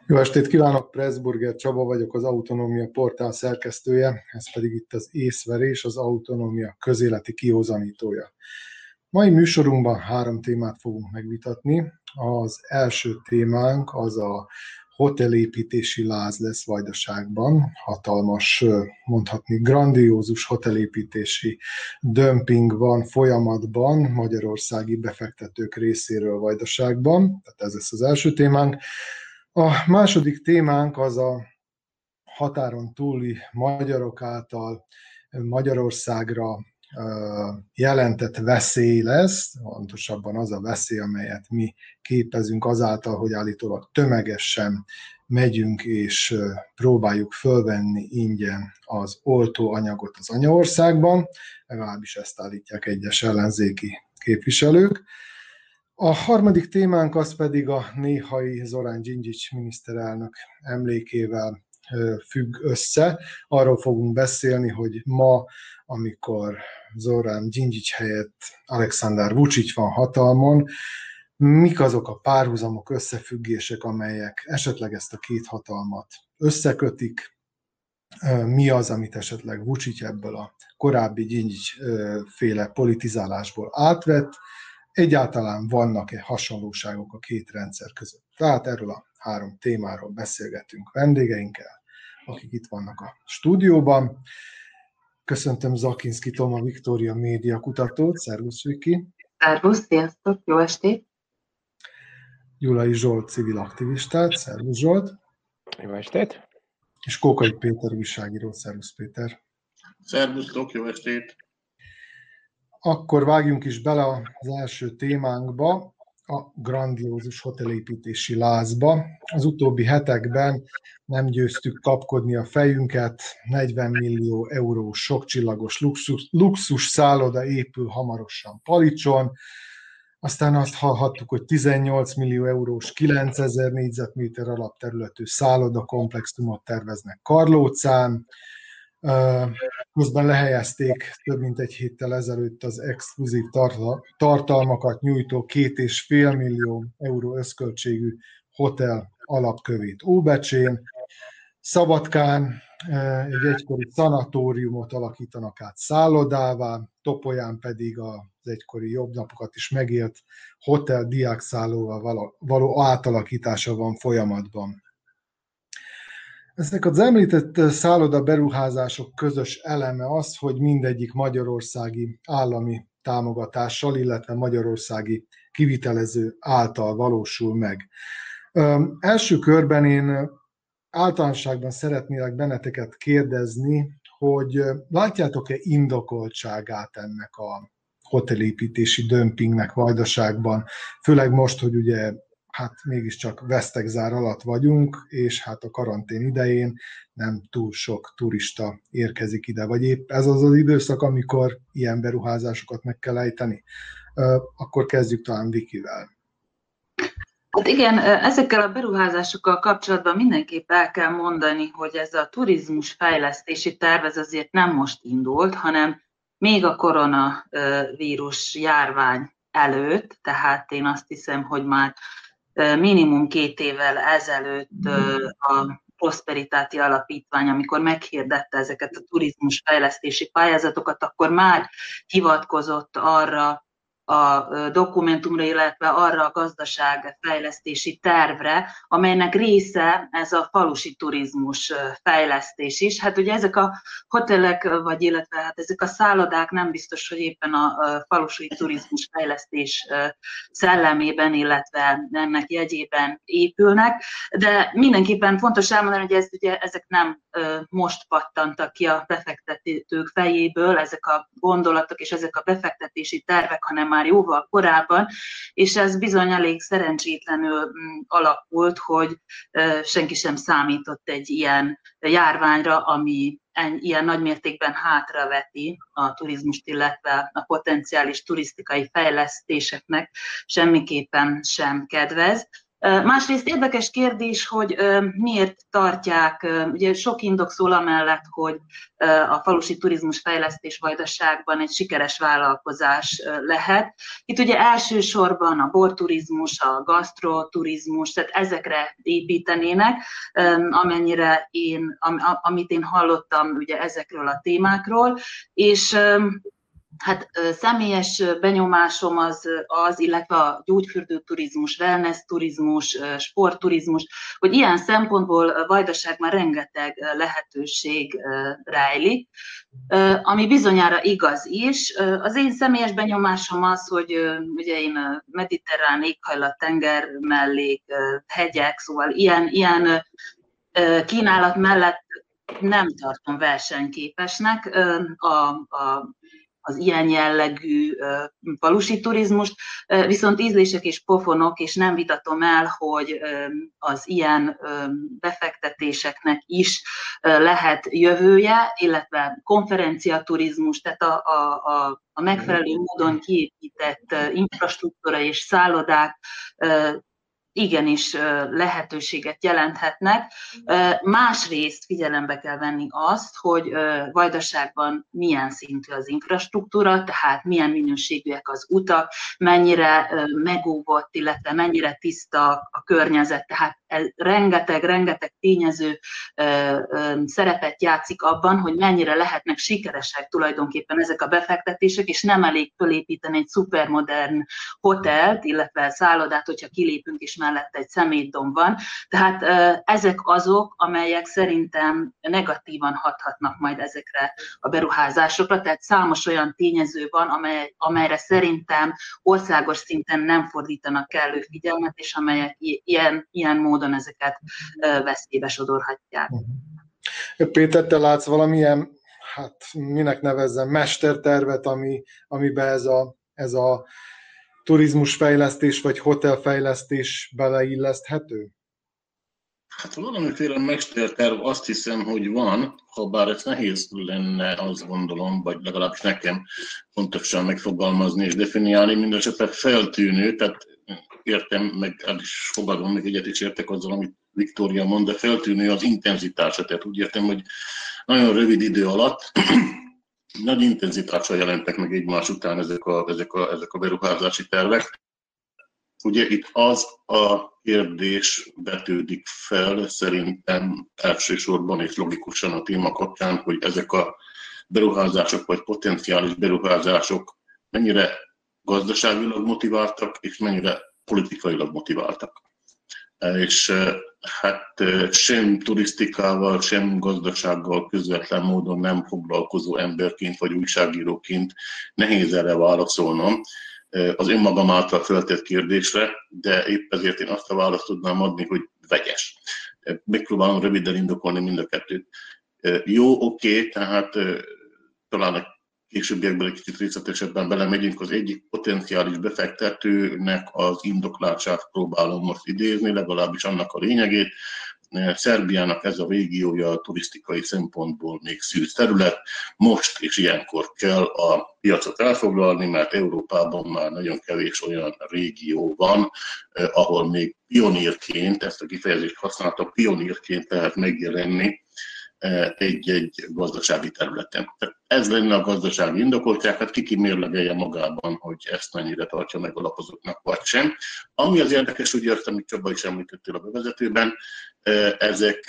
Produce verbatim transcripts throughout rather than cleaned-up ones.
Jó estét kívánok, Pressburger Csaba vagyok, az Autonómia portál szerkesztője, ez pedig itt az Észverés, az Autonómia közéleti kihozanítója. Mai műsorunkban három témát fogunk megvitatni. Az első témánk az a hotelépítési láz lesz Vajdaságban. Hatalmas, mondhatni grandiózus hotelépítési dömping van folyamatban magyarországi befektetők részéről Vajdaságban. Tehát ez lesz az első témánk. A második témánk az a határon túli magyarok által Magyarországra jelentett veszély lesz, pontosabban az a veszély, amelyet mi képezünk azáltal, hogy állítólag tömegesen megyünk és próbáljuk fölvenni ingyen az oltóanyagot az anyaországban, legalábbis ezt állítják egyes ellenzéki képviselők. A harmadik témánk az pedig a néhai Zoran Dzsindzsics miniszterelnök emlékével függ össze. Arról fogunk beszélni, hogy ma, amikor Zoran Dzsindzsics helyett Alexander Vučić van hatalmon, mik azok a párhuzamok, összefüggések, amelyek esetleg ezt a két hatalmat összekötik, mi az, amit esetleg Vučić ebből a korábbi Dzsindzsics féle politizálásból átvett, egyáltalán vannak-e hasonlóságok a két rendszer között. Tehát erről a három témáról beszélgetünk vendégeinkkel, akik itt vannak a stúdióban. Köszöntöm Zakinszky Toma Viktória média kutatót. Szervusz, Viki! Szervusz, sziasztok, jó estét! Gyulai Zsolt civil aktivistát. Szervusz, Zsolt! Jó estét! És Kókai Péter újságíró. Szervusz, Péter! Szervusztok, jó estét! Akkor vágjunk is bele az első témánkba, a grandiózus hotelépítési lázba. Az utóbbi hetekben nem győztük kapkodni a fejünket, negyven millió eurós sokcsillagos luxus, luxus szálloda épül hamarosan Palicson, aztán azt hallhattuk, hogy tizennyolc millió eurós kilencezer négyzetméter alapterületű szállodakomplexumot terveznek Karlócán. Közben lehelyezték több mint egy héttel ezelőtt az exkluzív tartalmakat nyújtó két és fél millió euró összköltségű hotel alapkövét Óbecsén. Szabadkán egy egykori szanatóriumot alakítanak át szállodává, Topolyán pedig az egykori jobb napokat is megélt hotel diákszállóval való átalakítása van folyamatban. Ezek az említett szálloda beruházások közös eleme az, hogy mindegyik magyarországi állami támogatással, illetve magyarországi kivitelező által valósul meg. Első körben én általánosságban szeretnélek benneteket kérdezni, hogy látjátok-e indokoltságát ennek a hotelépítési dömpingnek Vajdaságban, főleg most, hogy ugye hát mégiscsak vesztegzár alatt vagyunk, és hát a karantén idején nem túl sok turista érkezik ide, vagy épp ez az az időszak, amikor ilyen beruházásokat meg kell ejteni. Akkor kezdjük talán Vikivel. Hát igen, ezekkel a beruházásokkal kapcsolatban mindenképp el kell mondani, hogy ez a turizmus fejlesztési terv ez azért nem most indult, hanem még a koronavírus járvány előtt, tehát én azt hiszem, hogy már minimum két évvel ezelőtt a Prosperitáti Alapítvány, amikor meghirdette ezeket a turizmus fejlesztési pályázatokat, akkor már hivatkozott arra a dokumentumra, illetve arra a gazdaságfejlesztési tervre, amelynek része ez a falusi turizmus fejlesztés is. Hát ugye ezek a hotelek, vagy illetve hát ezek a szállodák nem biztos, hogy éppen a falusi turizmus fejlesztés szellemében, illetve ennek jegyében épülnek, de mindenképpen fontos elmondani, hogy ez, ugye, ezek nem most pattantak ki a befektetők fejéből, ezek a gondolatok és ezek a befektetési tervek, hanem már jóval korábban, és ez bizony elég szerencsétlenül alakult, hogy senki sem számított egy ilyen járványra, ami ilyen nagymértékben hátraveti a turizmust, illetve a potenciális turisztikai fejlesztéseknek semmiképpen sem kedvez. Másrészt érdekes kérdés, hogy miért tartják, ugye sok indok szól amellett, hogy a falusi turizmus fejlesztés Vajdaságban egy sikeres vállalkozás lehet. Itt ugye elsősorban a borturizmus, a gasztroturizmus, tehát ezekre építenének, amennyire én, amit én hallottam ugye ezekről a témákról, és hát személyes benyomásom az, az, illetve a gyógyfürdőturizmus, wellness turizmus, sportturizmus, hogy ilyen szempontból Vajdaságban rengeteg lehetőség rejlik, ami bizonyára igaz is. Az én személyes benyomásom az, hogy ugye én mediterrán éghajlat, tenger mellék, hegyek, szóval ilyen, ilyen kínálat mellett nem tartom versenyképesnek a, a az ilyen jellegű falusi turizmust, viszont ízlések és pofonok, és nem vitatom el, hogy az ilyen befektetéseknek is lehet jövője, illetve konferenciaturizmus, tehát a, a, a megfelelő módon kiépített infrastruktúra és szállodák igenis lehetőséget jelenthetnek. Másrészt figyelembe kell venni azt, hogy Vajdaságban milyen szintű az infrastruktúra, tehát milyen minőségűek az utak, mennyire megóvott, illetve mennyire tiszta a környezet, tehát rengeteg-rengeteg tényező szerepet játszik abban, hogy mennyire lehetnek sikeresek tulajdonképpen ezek a befektetések, és nem elég fölépíteni egy szupermodern hotelt, illetve szállodát, hogyha kilépünk, és mellette egy szemétdomb van. Tehát ezek azok, amelyek szerintem negatívan hathatnak majd ezekre a beruházásokra, tehát számos olyan tényező van, amely, amelyre szerintem országos szinten nem fordítanak kellő figyelmet, és amelyek ilyen, ilyen módon ezeket veszélybe sodorhatják. Péter, te látsz valamilyen, hát minek nevezzem, mestertervet, ami, amiben ez a, ez a turizmusfejlesztés vagy hotelfejlesztés beleilleszthető? Hát valamiféle mesterterv azt hiszem, hogy van, ha bár ez nehéz lenne, azt gondolom, vagy legalábbis nekem pontosan megfogalmazni és definiálni, mindenesetre feltűnő, tehát értem, meg el is fogadom, meg egyet is értek azzal, amit Viktória mond, de feltűnő az intenzitása, tehát úgy értem, hogy nagyon rövid idő alatt nagy intenzitással jelentek meg egymás után ezek a, ezek a, ezek a beruházási tervek. Ugye itt az a kérdés vetődik fel szerintem elsősorban és logikusan a téma kapcsán, hogy ezek a beruházások vagy potenciális beruházások mennyire gazdaságilag motiváltak és mennyire politikailag motiváltak. És hát sem turisztikával, sem gazdasággal közvetlen módon nem foglalkozó emberként vagy újságíróként nehéz erre válaszolnom az önmagam által feltett kérdésre, de épp ezért én azt a választ tudnám adni, hogy vegyes. Megpróbálom röviden indokolni mind a kettőt. Jó, oké, okay, tehát talán a későbbiekben egy kicsit részletesebben belemegyünk, az egyik potenciális befektetőnek az indoklását próbálom most idézni, legalábbis annak a lényegét. Szerbiának ez a régiója a turisztikai szempontból még szűz terület. Most és ilyenkor kell a piacot elfoglalni, mert Európában már nagyon kevés olyan régió van, ahol még pionírként, ezt a kifejezést használta, pionírként lehet megjelenni egy-egy gazdasági területen. Ez lenne a gazdasági indokoltság, hát ki mérlegelje magában, hogy ezt mennyire tartja meg alapozottnak, vagy sem. Ami az érdekes, úgy értem, amit Csaba is említettél a bevezetőben, ezek,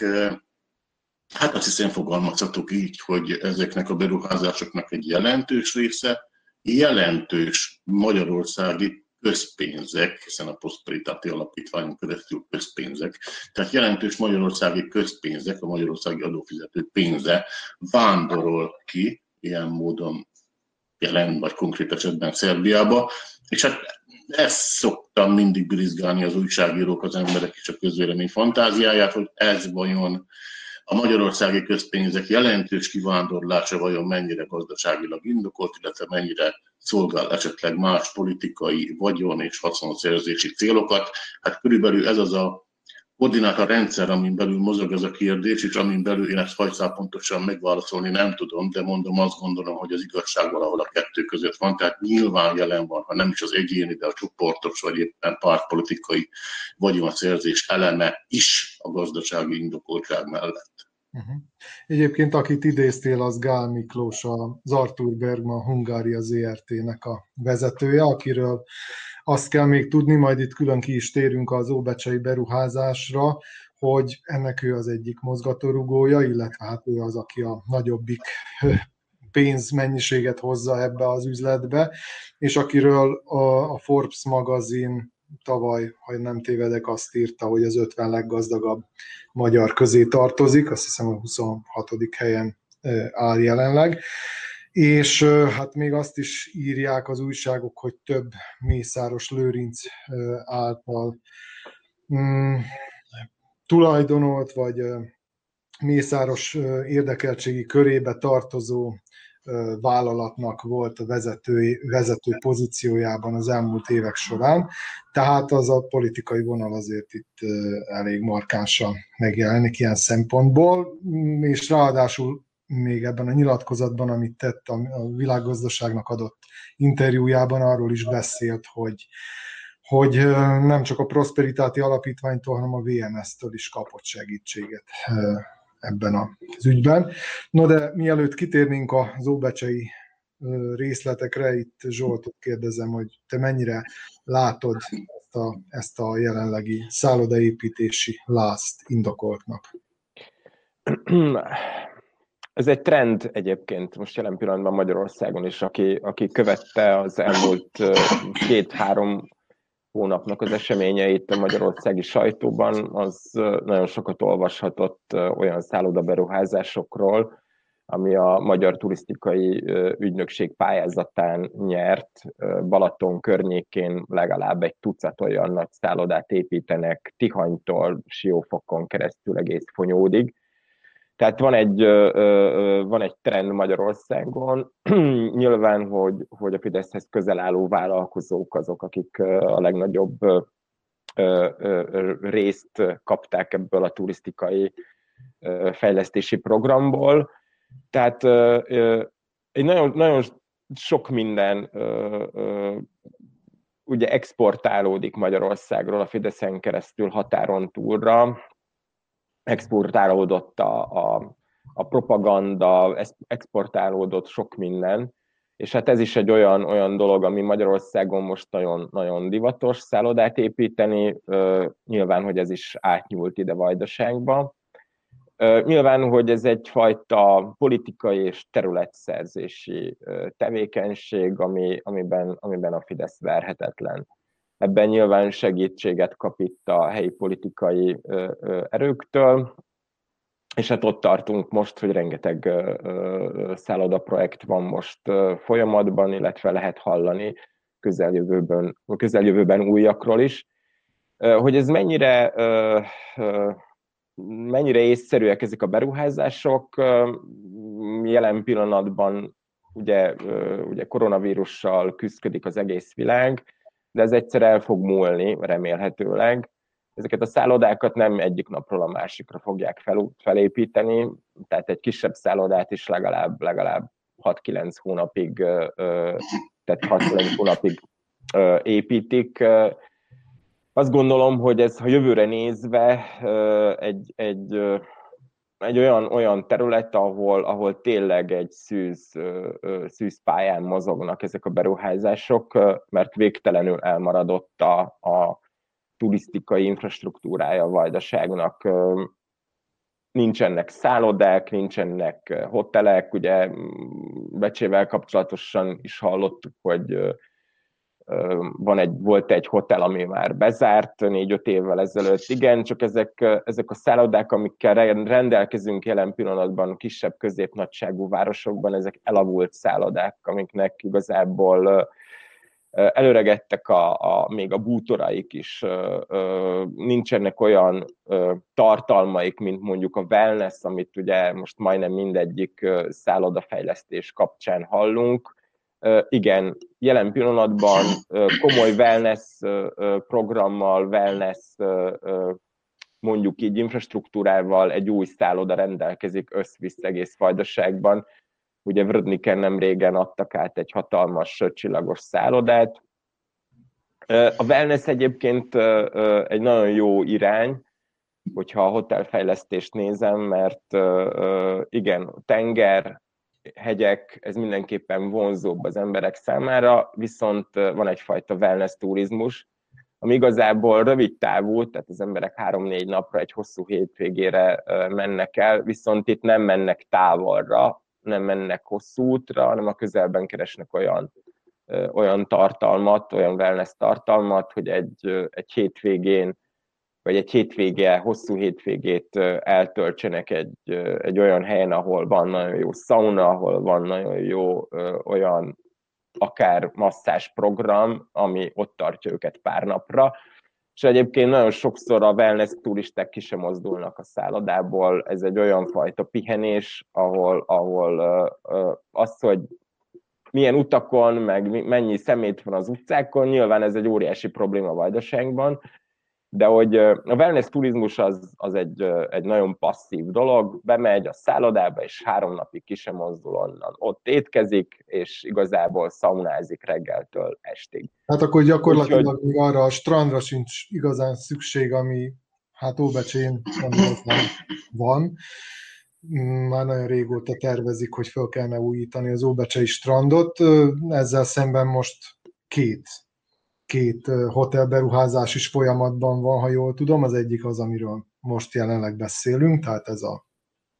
hát azt hiszem fogalmazhatok így, hogy ezeknek a beruházásoknak egy jelentős része, jelentős magyarországi közpénzek, hiszen a Prosperitáti Alapítványon keresztül közpénzek, tehát jelentős magyarországi közpénzek, a magyarországi adófizető pénze vándorol ki, ilyen módon jelen vagy konkrét esetben Szerbiába, és hát ezt szoktam mindig birizgálni az újságírók, az emberek és a közvélemény fantáziáját, hogy ez vajon a magyarországi közpénzek jelentős kivándorlása vajon mennyire gazdaságilag indokolt, illetve mennyire szolgál esetleg más politikai, vagyon és haszonszerzési célokat. Hát körülbelül ez az a koordináta rendszer, amin belül mozog ez a kérdés, és amin belül én ezt fajszál pontosan megválaszolni nem tudom, de mondom, azt gondolom, hogy az igazság valahol a kettő között van, tehát nyilván jelen van, ha nem is az egyéni, de a csoportos, vagy éppen pártpolitikai vagyonszerzés eleme is a gazdasági indokoltság mellett. Uh-huh. Egyébként, akit idéztél, az Gál Miklós, az Arthur Bergman Hungária zé er té-nek a vezetője, akiről azt kell még tudni, majd itt külön ki is térünk az óbecsei beruházásra, hogy ennek ő az egyik mozgatórugója, illetve hát ő az, aki a nagyobbik pénzmennyiséget hozza ebbe az üzletbe, és akiről a Forbes magazin tavaly, ha nem tévedek, azt írta, hogy az ötven leggazdagabb magyar közé tartozik, azt hiszem a huszonhatodik helyen áll jelenleg, és hát még azt is írják az újságok, hogy több Mészáros Lőrinc által mm, tulajdonolt, vagy Mészáros érdekeltségi körébe tartozó vállalatnak volt a vezető, vezető pozíciójában az elmúlt évek során, tehát az a politikai vonal azért itt elég markánsan megjelenik ilyen szempontból, és ráadásul még ebben a nyilatkozatban, amit tett a világgazdaságnak adott interjújában, arról is beszélt, hogy, hogy nem csak a Prosperitáti Alapítványtól, hanem a vé em es-től is kapott segítséget ebben az ügyben. No, de mielőtt kitérnénk az óbecsei részletekre, itt Zsoltot kérdezem, hogy te mennyire látod ezt a, ezt a jelenlegi szállodaépítési lázt indokoltnak? Ez egy trend egyébként most jelen pillanatban Magyarországon is, aki, aki követte az elmúlt két-három hónapnak az eseményeit a magyarországi sajtóban, az nagyon sokat olvashatott olyan szállodaberuházásokról, ami a Magyar Turisztikai Ügynökség pályázatán nyert. Balaton környékén legalább egy tucat olyan nagy szállodát építenek, Tihanytól Siófokon keresztül egész Fonyódig. Tehát van egy, van egy trend Magyarországon, nyilván, hogy, hogy a Fideszhez közel álló vállalkozók azok, akik a legnagyobb részt kapták ebből a turisztikai fejlesztési programból. Tehát egy nagyon, nagyon sok minden ugye exportálódik Magyarországról a Fideszen keresztül határon túlra, exportálódott a, a, a propaganda, exportálódott sok minden, és hát ez is egy olyan, olyan dolog, ami Magyarországon most nagyon, nagyon divatos szállodát építeni, uh, nyilván, hogy ez is átnyúlt ide Vajdaságba. Uh, nyilván, hogy ez egyfajta politikai és területszerzési uh, tevékenység, ami, amiben, amiben a Fidesz verhetetlen. Ebben nyilván segítséget kap itt a helyi politikai ö, ö, erőktől, és hát ott tartunk most, hogy rengeteg ö, ö, szállodaprojekt van most ö, folyamatban, illetve lehet hallani közeljövőben, közeljövőben újakról is. Ö, hogy ez mennyire, ö, ö, mennyire észszerűek ezek a beruházások, ö, jelen pillanatban ugye, ö, ugye koronavírussal küszködik az egész világ, de ez egyszer el fog múlni, remélhetőleg. Ezeket a szállodákat nem egyik napról a másikra fogják fel, felépíteni, tehát egy kisebb szállodát is legalább, legalább hat-kilenc hónapig, tehát hat-kilenc hónapig építik. Azt gondolom, hogy ez, ha jövőre nézve egy, egy, egy olyan, olyan terület, ahol, ahol tényleg egy szűz, szűz pályán mozognak ezek a beruházások, mert végtelenül elmaradott a, a turisztikai infrastruktúrája a Vajdaságnak. Nincsenek szállodák, nincsenek hotelek, ugye Becsével kapcsolatosan is hallottuk, hogy van egy, volt egy hotel, ami már bezárt négy-öt évvel ezelőtt. Igen, csak ezek, ezek a szállodák, amikkel rendelkezünk jelen pillanatban kisebb középnagyságú városokban, ezek elavult szállodák, amiknek igazából előregettek a, a, még a bútoraik is, nincsenek olyan tartalmaik, mint mondjuk a wellness, amit ugye most majdnem mindegyik szállodafejlesztés kapcsán hallunk. Igen, jelen pillanatban komoly wellness programmal, wellness mondjuk így infrastruktúrával egy új szálloda rendelkezik össz-vissz egész Vajdaságban. Ugye Vrdniken nem régen adtak át egy hatalmas csillagos szállodát. A wellness egyébként egy nagyon jó irány, hogyha a hotelfejlesztést nézem, mert igen, tenger, hegyek, ez mindenképpen vonzóbb az emberek számára, viszont van egyfajta wellness turizmus, ami igazából rövid távú, tehát az emberek három-négy napra, egy hosszú hétvégére mennek el, viszont itt nem mennek távolra, nem mennek hosszú útra, hanem a közelben keresnek olyan, olyan tartalmat, olyan wellness tartalmat, hogy egy, egy hétvégén, vagy egy hétvége, hosszú hétvégét eltöltsenek egy, egy olyan helyen, ahol van nagyon jó szauna, ahol van nagyon jó olyan akár masszás program, ami ott tartja őket pár napra. És egyébként nagyon sokszor a wellness turisták ki sem mozdulnak a szállodából. Ez egy olyan fajta pihenés, ahol, ahol az, hogy milyen utakon, meg mennyi szemét van az utcákon, nyilván ez egy óriási probléma Vajdaságban, de hogy a wellness turizmus az, az egy, egy nagyon passzív dolog, bemegy a szállodába, és három napig ki sem mozdul onnan. Ott étkezik, és igazából szaunázik reggeltől estig. Hát akkor gyakorlatilag Úgyhogy... még arra a strandra sincs igazán szükség, ami hát Óbecsén van. Már nagyon régóta tervezik, hogy fel kellene újítani az óbecsei strandot. Ezzel szemben most két két hotelberuházás is folyamatban van, ha jól tudom. Az egyik az, amiről most jelenleg beszélünk, tehát ez a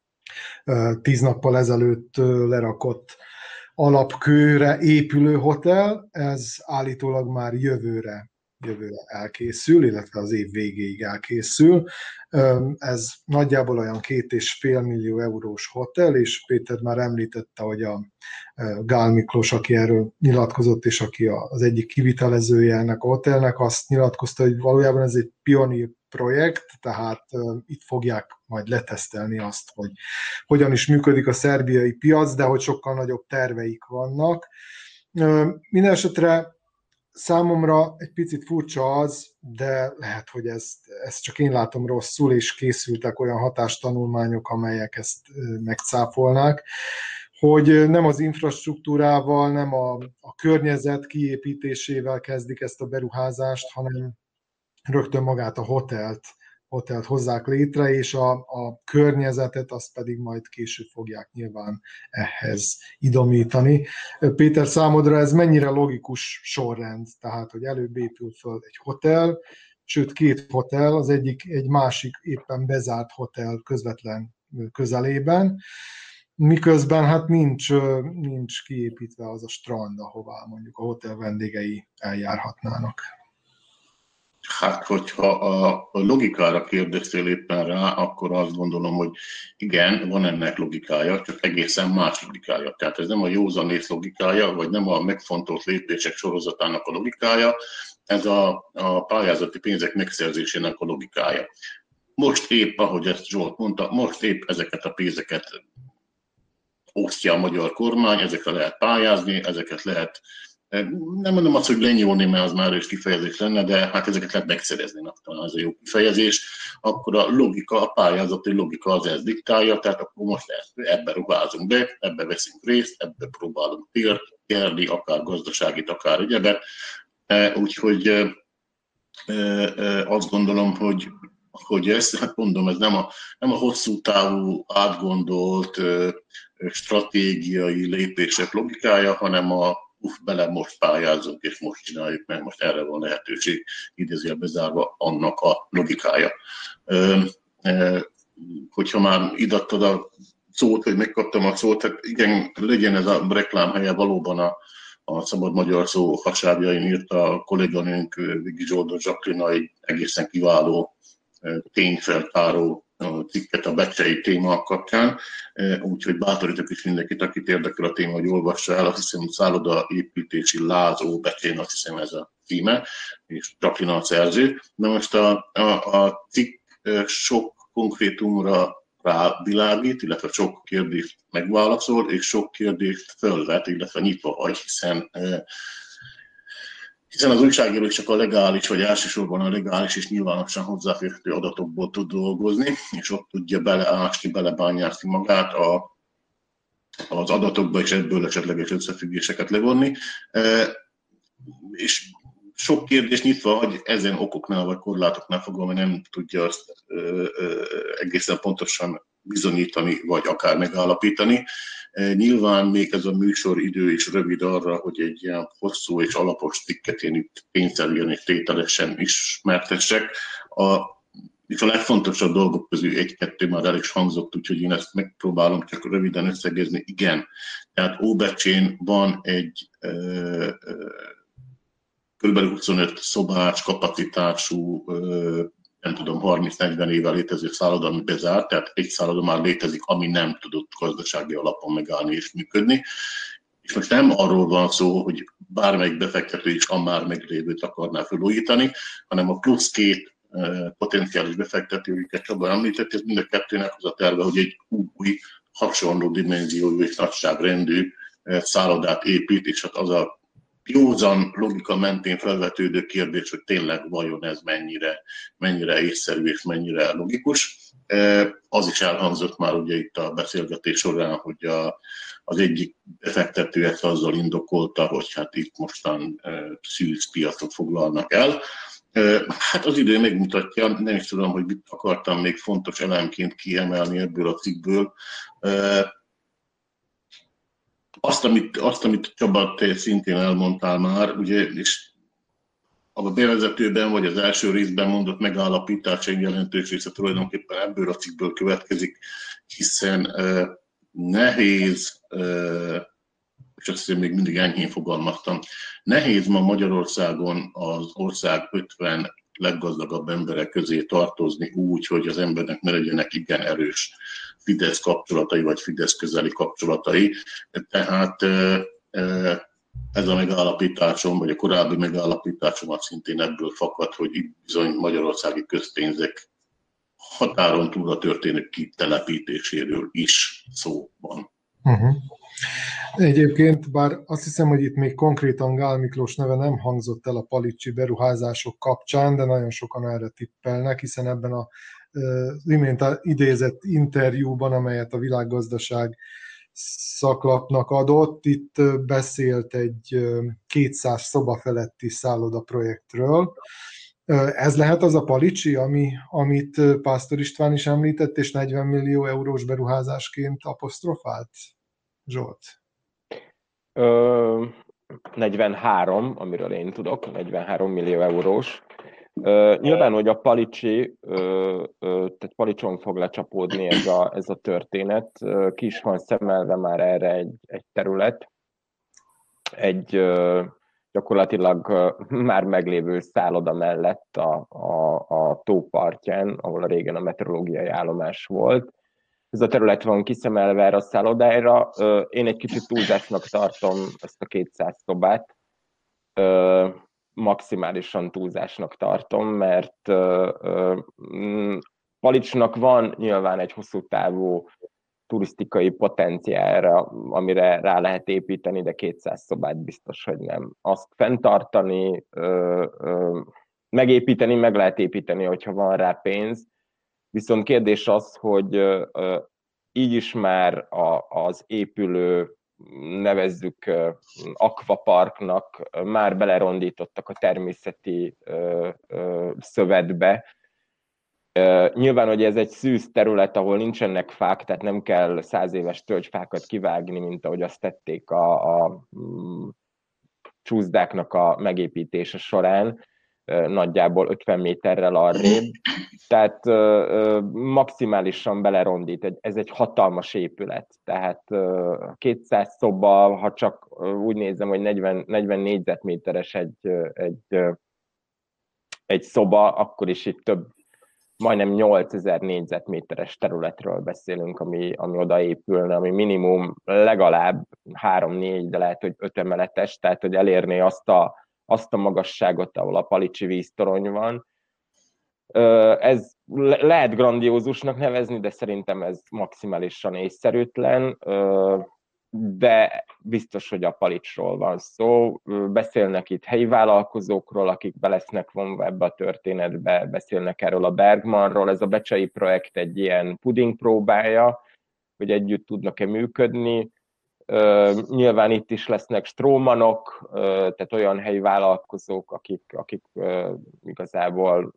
tíz nappal ezelőtt lerakott alapkőre épülő hotel, ez állítólag már jövőre, jövőre elkészül, illetve az év végéig elkészül. Ez nagyjából olyan két és fél millió eurós hotel, és Péter már említette, hogy a Gál Miklós, aki erről nyilatkozott, és aki az egyik kivitelezője ennek a hotelnek, azt nyilatkozta, hogy valójában ez egy pionír projekt, tehát itt fogják majd letesztelni azt, hogy hogyan is működik a szerbiai piac, de hogy sokkal nagyobb terveik vannak. Mindenesetre számomra egy picit furcsa az, de lehet, hogy ezt, ezt csak én látom rosszul, és készültek olyan hatástanulmányok, amelyek ezt megcáfolnák, hogy nem az infrastruktúrával, nem a, a környezet kiépítésével kezdik ezt a beruházást, hanem rögtön magát a hotelt, hotelt hozzák létre, és a, a környezetet azt pedig majd később fogják nyilván ehhez idomítani. Péter, számodra ez mennyire logikus sorrend? Tehát, hogy előbb épül föl egy hotel, sőt két hotel, az egyik egy másik éppen bezárt hotel közvetlen közelében, miközben hát nincs, nincs kiépítve az a strand, ahová mondjuk a hotel vendégei eljárhatnának. Hát, hogyha a logikára kérdeztél éppen rá, akkor azt gondolom, hogy igen, van ennek logikája, csak egészen más logikája. Tehát ez nem a józanész logikája, vagy nem a megfontolt lépések sorozatának a logikája, ez a, a pályázati pénzek megszerzésének a logikája. Most épp, ahogy ezt Zsolt mondta, most épp ezeket a pénzeket osztja a magyar kormány, ezekre lehet pályázni, ezeket lehet, nem mondom azt, hogy lenyúlni, mert az már is kifejezés lenne, de hát ezeket lehet megszerezni, talán az a jó kifejezés, akkor a logika, a pályázati logika az ezt diktálja, tehát akkor most ebbe ruházunk be, ebbe veszünk részt, ebbe próbálunk térni, akár gazdaságit, akár ügyebe. Úgyhogy azt gondolom, hogy hogy ez, hát mondom, ez nem a, nem a hosszú távú, átgondolt stratégiai lépések logikája, hanem a uff, bele most pályázunk, és most csináljuk meg, most erre van lehetőség, idézőjelbe bezárva, annak a logikája. Ö, ö, hogyha már idattad a szót, hogy megkaptam a szót, hát igen, legyen ez a reklámhelye valóban a, a szabad magyar szó hasábjain írt a kolléganőnk Vigi Zsoldon Zsaklina egy egészen kiváló tényfeltáró cikket a becsei téma kapcsán, úgyhogy bátorítok is mindenkit, akit érdekel a téma, hogy olvassa el, azt hiszem, szálloda építési láz Óbecsén, azt hiszem ez a címe, és Zsaklina a szerző. Na most a, a, a cikk sok konkrétumra rávilágít, illetve sok kérdést megválaszol, és sok kérdést fölvet, illetve nyitva hagy, hiszen Hiszen az újságíró csak a legális, vagy elsősorban a legális és nyilvánosan hozzáférhető adatokból tud dolgozni, és ott tudja beleásni, belebányászni magát a, az adatokba, és ebből esetleges összefüggéseket levonni. És sok kérdés nyitva, hogy ezen okoknál vagy korlátoknál fogva, mert nem tudja azt egészen pontosan bizonyítani, vagy akár megállapítani. Nyilván még ez a műsoridő is rövid arra, hogy egy ilyen hosszú és alapos cikket én itt tényszerűen és tételesen ismertessek. A, és a legfontosabb dolgok közül egy-kettő már el is hangzott, úgyhogy én ezt megpróbálom csak röviden összegezni. Igen, tehát Óbecsén van egy ö, ö, kb. huszonöt szobás kapacitású, ö, nem tudom, harminc-negyven éve létező szálloda, ami bezárt, tehát egy szálloda már létezik, ami nem tudott gazdasági alapon megállni és működni. És most nem arról van szó, hogy bármelyik befektető is a már meglévőt akarná felújítani, hanem a plusz két uh, potenciális befektető, amiket Csaba említett, ez mind a kettőnek az a terve, hogy egy új, hasonló dimenziójú és nagyságrendű uh, szállodát épít, és hát az a józan logika mentén felvetődő kérdés, hogy tényleg vajon ez mennyire, mennyire észszerű és mennyire logikus. Az is elhangzott már ugye itt a beszélgetés során, hogy a, az egyik befektető ezt azzal indokolta, hogy hát itt mostan szűz piacot foglalnak el. Hát az idő megmutatja, nem is tudom, hogy mit akartam még fontos elemként kiemelni ebből a cikkből. Azt, amit, azt, amit Csaba, te szintén elmondtál már, ugye, és a bevezetőben, vagy az első részben mondott megállapítás egy jelentős része tulajdonképpen ebből a cikkből következik, hiszen uh, nehéz, uh, és azt hiszem még mindig enyhén fogalmaztam, nehéz ma Magyarországon az ország ötven leggazdagabb emberek közé tartozni úgy, hogy az embernek ne legyenek igen erős Fidesz kapcsolatai, vagy Fidesz közeli kapcsolatai. Tehát ez a megállapításom, vagy a korábbi megállapításomat szintén ebből fakad, hogy itt bizony magyarországi közpénzek határon túlra történő kitelepítéséről is szó van. Uh-huh. Egyébként, bár azt hiszem, hogy itt még konkrétan Gál Miklós neve nem hangzott el a palicsi beruházások kapcsán, de nagyon sokan erre tippelnek, hiszen ebben a az imént idézett interjúban, amelyet a Világgazdaság szaklapnak adott, itt beszélt egy kétszáz szoba feletti szálloda projektről. Ez lehet az a palicsi, ami, amit Pásztor István is említett, és negyven millió eurós beruházásként apostrofált? Zsolt? Ö, negyvenhárom, amiről én tudok, negyvenhárom millió eurós. Uh, nyilván, hogy a palicsi, uh, uh, tehát palicson fog lecsapódni ez a, ez a történet, uh, ki is van szemelve már erre egy, egy terület, egy uh, gyakorlatilag uh, már meglévő szálloda mellett a, a, a tópartján, ahol a régen a meteorológiai állomás volt. Ez a terület van kiszemelve erre a szállodára. Uh, én egy kicsit túlzásnak tartom ezt a kétszáz szobát. Uh, maximálisan túlzásnak tartom, mert uh, uh, Palicsnak van nyilván egy hosszú távú turisztikai potenciálra, amire rá lehet építeni, de kétszáz szobát biztos, hogy nem. Azt fenntartani, uh, uh, megépíteni, meg lehet építeni, hogyha van rá pénz. Viszont kérdés az, hogy uh, így is már a, az épülő, nevezzük uh, akvaparknak, uh, már belerondítottak a természeti uh, uh, szövetbe. Uh, nyilván, hogy ez egy szűz terület, ahol nincsenek fák, tehát nem kell száz éves tölgyfákat kivágni, mint ahogy azt tették a, a um, csúszdáknak a megépítése során, uh, nagyjából ötven méterrel arrébb. Tehát uh, maximálisan belerondít, ez egy hatalmas épület, tehát uh, kétszáz szoba, ha csak uh, úgy nézem, hogy negyven, negyven négyzetméteres egy, egy, uh, egy szoba, akkor is itt több, majdnem nyolcezer négyzetméteres területről beszélünk, ami, ami oda épülne, ami minimum legalább három-négy, de lehet, hogy öt emeletes, tehát hogy elérné azt a, azt a magasságot, ahol a palicsi víztorony van. Ez lehet grandiózusnak nevezni, de szerintem ez maximálisan észszerűtlen. de biztos, hogy a Palicsról van szó. Beszélnek itt helyi vállalkozókról, akik be lesznek vonva ebbe a történetbe, beszélnek erről a Bergmanról. Ez a becsei projekt egy ilyen puding próbája, hogy együtt tudnak-e működni. Nyilván itt is lesznek strómanok, tehát olyan helyi vállalkozók, akik, akik igazából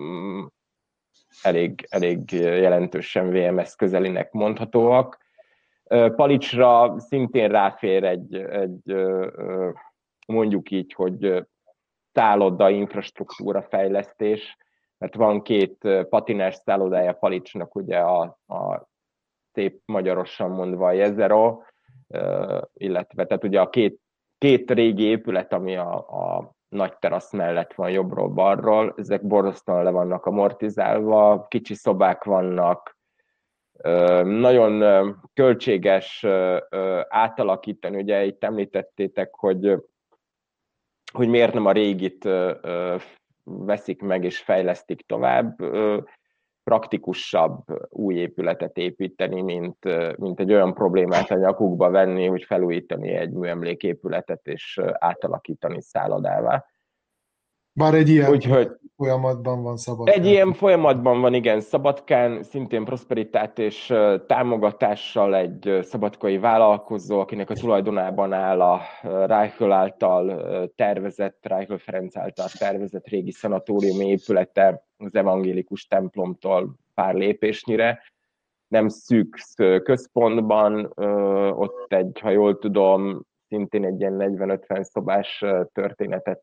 elég, elég jelentősen vé em es közelinek mondhatóak. Palicsra szintén ráfér egy, egy mondjuk így, hogy szálloda infrastruktúra fejlesztés, mert van két patinás szállodája Palicsnak, ugye a, a szép magyarosan mondva a Jezero, illetve tehát ugye a két, két régi épület, ami a, a nagy terasz mellett van jobbról-balról, ezek borzasztóan le vannak amortizálva, kicsi szobák vannak, nagyon költséges átalakítani, ugye itt említettétek, hogy, hogy miért nem a régit veszik meg és fejlesztik tovább, praktikusabb új épületet építeni, mint, mint egy olyan problémát a nyakukba venni, hogy felújítani egy műemléképületet és átalakítani szállodává. Bár egy ilyen Úgyhogy folyamatban van Szabadkán. Egy ilyen folyamatban van, igen, Szabadkán, szintén prosperitát és támogatással egy szabadkai vállalkozó, akinek a tulajdonában áll a Reichel által tervezett, Reichel Ferenc által tervezett régi szanatórium épülete az evangélikus templomtól pár lépésnyire. Nem szűk központban, ott egy, ha jól tudom, szintén egy ilyen negyven-ötven szobás történetet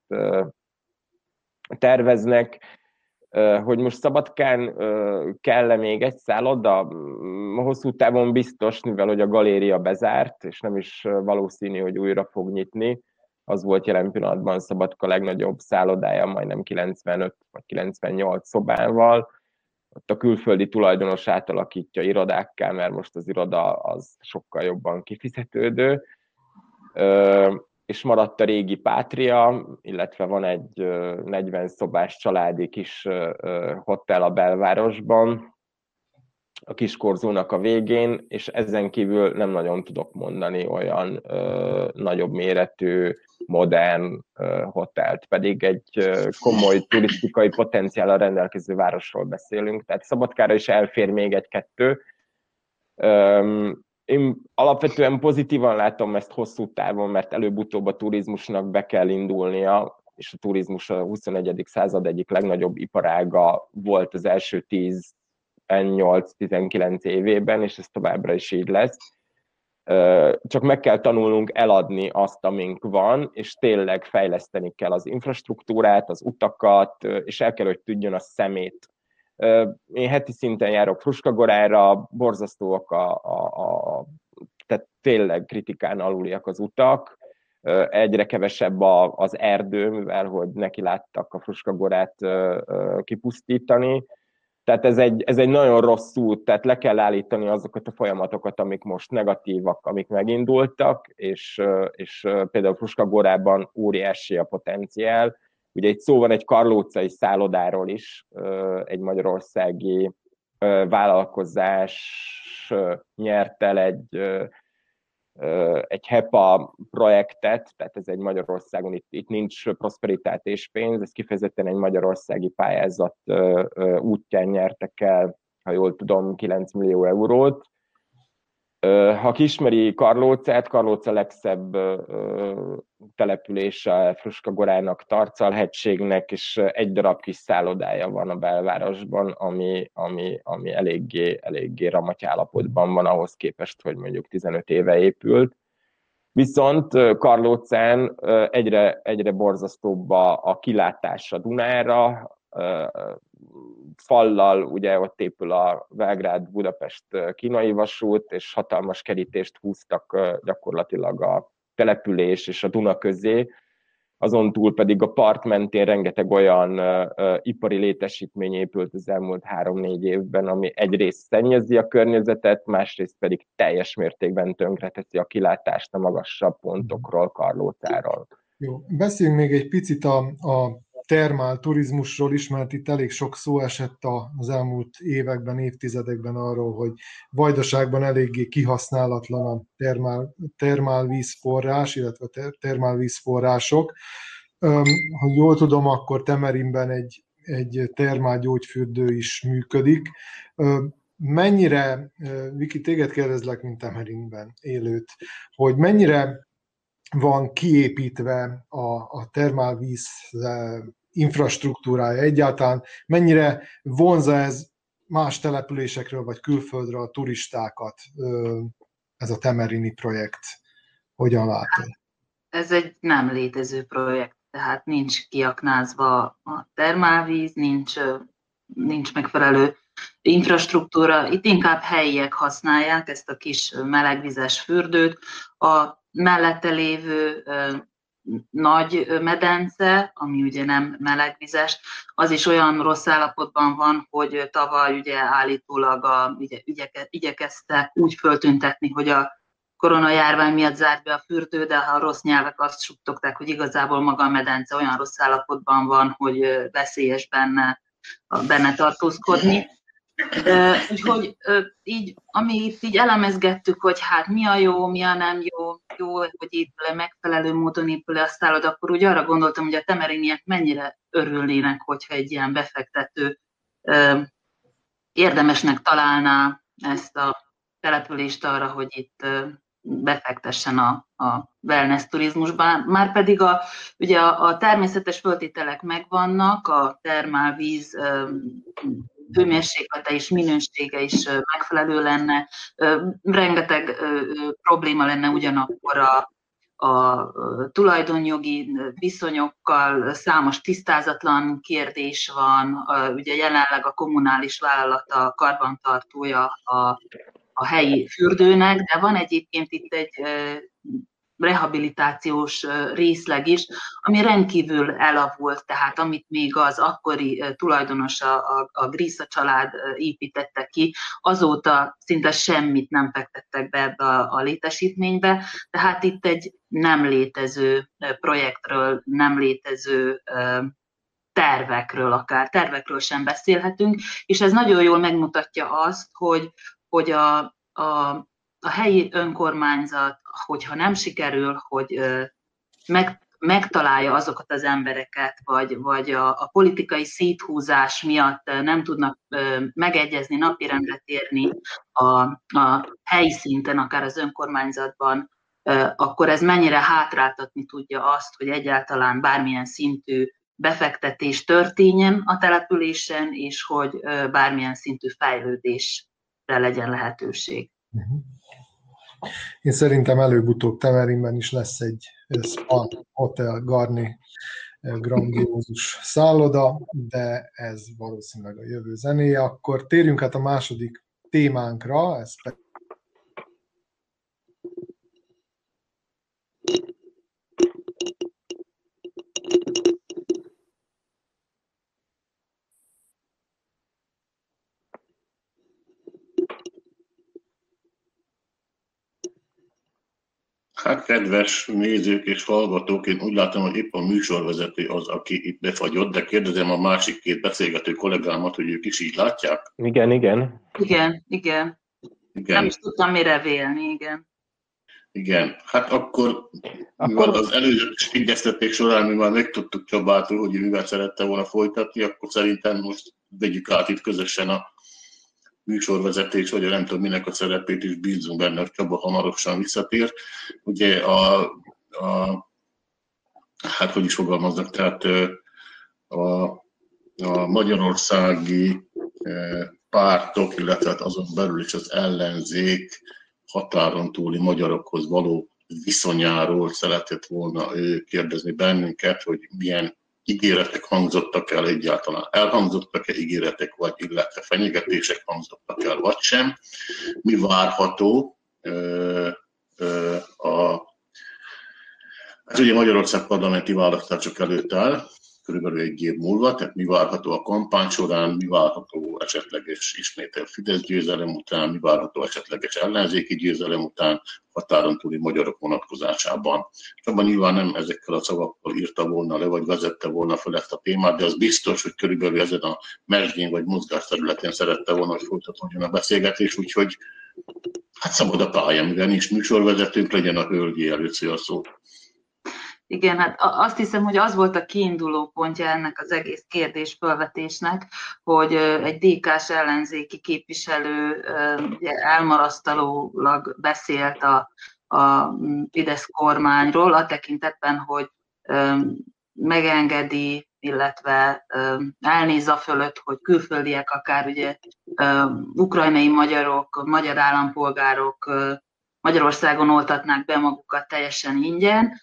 terveznek. Hogy most Szabadkán kell-e még egy szálloda? Hosszú távon biztos, mivel hogy a galéria bezárt, és nem is valószínű, hogy újra fog nyitni. Az volt jelen pillanatban Szabadka legnagyobb szállodája, majdnem kilencvenöt vagy kilencvennyolc szobával. Ott a külföldi tulajdonos átalakítja irodákká, mert most az iroda az sokkal jobban kifizetődő. És maradt a régi Pátria, illetve van egy negyven szobás családi kis hotel a belvárosban, a Kiskorzónak a végén, és ezen kívül nem nagyon tudok mondani olyan ö, nagyobb méretű, modern ö, hotelt, pedig egy ö, komoly turisztikai potenciállal rendelkező városról beszélünk, tehát Szabadkára is elfér még egy-kettő. Ö, Én alapvetően pozitívan látom ezt hosszú távon, mert előbb-utóbb a turizmusnak be kell indulnia, és a turizmus a huszonegyedik század egyik legnagyobb iparága volt az első tíz-nyolc-tizenkilenc évében, és ez továbbra is így lesz. Csak meg kell tanulnunk eladni azt, amink van, és tényleg fejleszteni kell az infrastruktúrát, az utakat, és el kell, hogy tudjon a szemét. Én heti szinten járok Fruskagorára, borzasztóak a, a, a tehát tényleg kritikán aluliak az utak, egyre kevesebb a, az erdő, mivel hogy neki láttak a Fruskagorát kipusztítani. Tehát ez egy, ez egy nagyon rossz út, tehát le kell állítani azokat a folyamatokat, amik most negatívak, amik megindultak, és, és például Fruskagorában óriási a potenciál. Ugye itt szó van egy karlócai szállodáról is, egy magyarországi vállalkozás nyert el egy, egy HEPA projektet, tehát ez egy Magyarországon, itt, itt nincs prosperitát és pénz, ez kifejezetten egy magyarországi pályázat útján nyertek el, ha jól tudom, kilenc millió eurót. Ha ismeri Karlócát, Karlóca legszebb települése Fruskagorának, Tarcal-hegységnek, és egy darab kis szállodája van a belvárosban, ami, ami, ami eléggé, eléggé ramaty állapotban van ahhoz képest, hogy mondjuk tizenöt éve épült. Viszont Karlócán egyre, egyre borzasztóbb a, a kilátás a Dunára, fallal, ugye ott épül a Belgrád-Budapest kínai vasút, és hatalmas kerítést húztak gyakorlatilag a település és a Duna közé, azon túl pedig a part mentén rengeteg olyan uh, ipari létesítmény épült az elmúlt három-négy évben, ami egyrészt szennyezi a környezetet, másrészt pedig teljes mértékben tönkreteszi a kilátást a magasabb pontokról, Karlócáról. Jó, beszéljünk még egy picit a, a termál turizmusról is, mert itt elég sok szó esett az elmúlt években, évtizedekben arról, hogy Vajdaságban eléggé kihasználatlan a termál, termálvízforrás, illetve termálvízforrások. Ha jól tudom, akkor Temerinben egy, egy termálgyógyfürdő is működik. Mennyire, Viki, téged kérdezlek, mint Temerinben élőt, hogy mennyire van kiépítve a, a termálvíz infrastruktúrája egyáltalán, mennyire vonza ez más településekről vagy külföldről a turistákat, ez a temerini projekt? Hogyan látod? Ez egy nem létező projekt, tehát nincs kiaknázva a termálvíz, nincs, nincs megfelelő infrastruktúra. Itt inkább helyiek használják ezt a kis melegvizes fürdőt. A mellette lévő ö, nagy medence, ami ugye nem melegvizes, az is olyan rossz állapotban van, hogy tavaly ugye állítólag a, ugye, ügyeke, igyekeztek úgy föltüntetni, hogy a koronajárvány miatt zárt be a fürdő, de ha rossz nyelvek azt suttogták, hogy igazából maga a medence olyan rossz állapotban van, hogy veszélyes benne, benne tartózkodni. Úgyhogy így, ami itt így elemezgettük, hogy hát mi a jó, mi a nem jó, jó, hogy épül, megfelelő módon épül a szálloda, akkor úgy arra gondoltam, hogy a temeriniek mennyire örülnének, hogyha egy ilyen befektető érdemesnek találná ezt a települést arra, hogy itt befektessen a, a wellness turizmusban. Márpedig a, ugye a, a természetes föltételek megvannak, a termálvíz hőmérséklete és minősége is megfelelő lenne. Rengeteg probléma lenne ugyanakkor a, a tulajdonjogi viszonyokkal, számos tisztázatlan kérdés van, ugye jelenleg a kommunális vállalata karbantartója a, a helyi fürdőnek, de van egyébként itt egy rehabilitációs részleg is, ami rendkívül elavult, tehát amit még az akkori tulajdonos, a, a, a Grisza család építette ki, azóta szinte semmit nem fektettek be ebbe a, a létesítménybe, tehát itt egy nem létező projektről, nem létező tervekről, akár tervekről sem beszélhetünk, és ez nagyon jól megmutatja azt, hogy, hogy a, a a helyi önkormányzat, hogyha nem sikerül, hogy meg, megtalálja azokat az embereket, vagy, vagy a, a politikai széthúzás miatt nem tudnak megegyezni, napirendre térni a, a helyi szinten, akár az önkormányzatban, akkor ez mennyire hátráltatni tudja azt, hogy egyáltalán bármilyen szintű befektetés történjen a településen, és hogy bármilyen szintű fejlődésre legyen lehetőség. Én szerintem előbb-utóbb Temerinben is lesz egy spa, hotel, Garni, grandiózus szálloda, de ez valószínűleg a jövő zenéje. Akkor térjünk át a második témánkra, ez pedig Hát, kedves nézők és hallgatók, én úgy látom, hogy épp a műsorvezető az, aki itt befagyott, de kérdezem a másik két beszélgető kollégámat, hogy ők is így látják. Igen, igen. Igen, igen. igen. Nem is tudtam mire vélni, igen. Igen, hát akkor, akkor... az előző egyeztetés során mi már megtudtuk Csabától, hogy mivel szerette volna folytatni, akkor szerintem most vegyük át itt közösen a műsorvezetés, vagy a nem tudom minek a szerepét, és bízunk benne, hogy Csaba hamarosan visszatér. Ugye a, a hát hogy is fogalmaznak, tehát a, a magyarországi pártok, illetve azon belül is az ellenzék határon túli magyarokhoz való viszonyáról szeretett volna ő kérdezni bennünket, hogy milyen ígéretek hangzottak el egyáltalán. Elhangzottak-e ígéretek, vagy illetve fenyegetések hangzottak el, vagy sem. Mi várható ö, ö, a... Hát ugye Magyarország parlamenti választások előtt áll, körülbelül egy év múlva, tehát mi várható a kampány során, mi várható esetleges ismételt Fidesz győzelem után, mi várható esetleges ellenzéki győzelem után, határon túli magyarok vonatkozásában. És abban nyilván nem ezekkel a szavakkal írta volna le, vagy vezette volna fel ezt a témát, de az biztos, hogy körülbelül ezen a mesdjén vagy mozgásterületen szerette volna, hogy folytatódjon a beszélgetés, úgyhogy hát szabad a pálya, mivel nincs műsorvezetőnk, legyen a hölgyi először a szó. Igen, hát azt hiszem, hogy az volt a kiinduló pontja ennek az egész kérdésfölvetésnek, hogy egy dé ká-s ellenzéki képviselő elmarasztalólag beszélt a, a Fidesz kormányról, a tekintetben, hogy megengedi, illetve elnéz a fölött, hogy külföldiek, akár ugye ukrajnai magyarok, magyar állampolgárok Magyarországon oltatnák be magukat teljesen ingyen.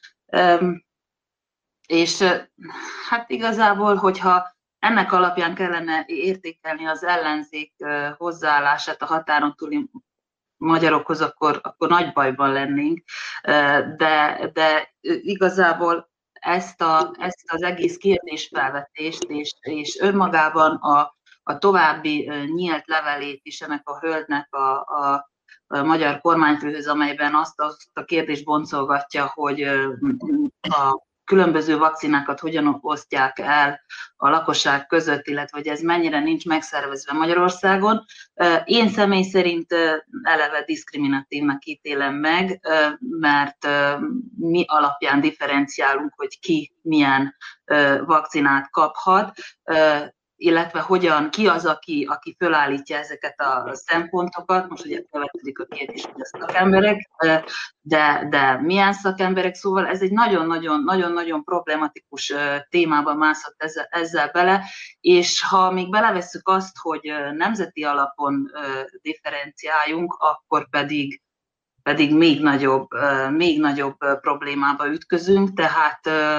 És hát igazából, hogyha ennek alapján kellene értékelni az ellenzék hozzáállását a határon túli magyarokhoz, akkor, akkor nagy bajban lennénk. De, de igazából ezt, a, ezt az egész kérdésfelvetést és, és önmagában a, a további nyílt levelét is ennek a hölgynek a, a a magyar kormányfőhöz, amelyben azt, azt a kérdést boncolgatja, hogy a különböző vakcinákat hogyan osztják el a lakosság között, illetve hogy ez mennyire nincs megszervezve Magyarországon. Én személy szerint eleve diszkriminatívnak ítélem meg, mert mi alapján differenciálunk, hogy ki milyen vakcinát kaphat, illetve hogyan, ki az, aki, aki fölállítja ezeket a szempontokat. Most ugye következik a kérdés, hogy a szakemberek, de, de milyen szakemberek, szóval ez egy nagyon-nagyon problematikus témába mászott ezzel, ezzel bele, és ha még belevesszük azt, hogy nemzeti alapon differenciáljunk, akkor pedig, pedig még nagyobb, még nagyobb problémába ütközünk, tehát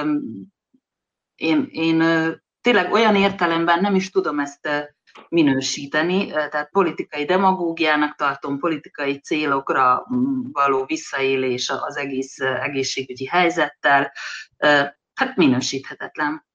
én, én tényleg olyan értelemben nem is tudom ezt minősíteni, tehát politikai demagógiának tartom, politikai célokra való visszaélés az egész egészségügyi helyzettel, hát minősíthetetlen.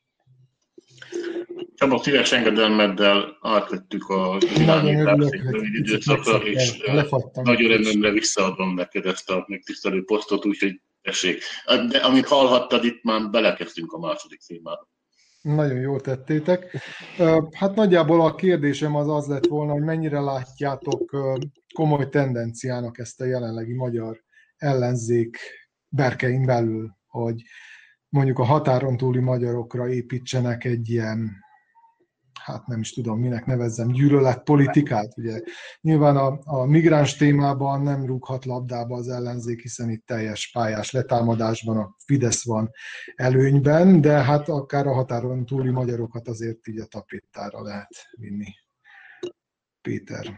Csaba, szíves engedelmeddel átvettük a irányítást egy rövid időszakra, és nagy örömömre visszaadom neked ezt a megtisztelő posztot, úgyhogy tessék. De amit hallhattad, itt már belekezdtünk a második témába. Nagyon jól tettétek. Hát nagyjából a kérdésem az az lett volna, hogy mennyire látjátok komoly tendenciának ezt a jelenlegi magyar ellenzék berkein belül, hogy mondjuk a határon túli magyarokra építsenek egy ilyen, hát nem is tudom, minek nevezzem, gyűlöletpolitikát. Ugye nyilván a, a migráns témában nem rúghat labdába az ellenzék, hiszen itt teljes pályás letámadásban a Fidesz van előnyben, de hát akár a határon túli magyarokat azért így a tapéttára lehet vinni. Péter.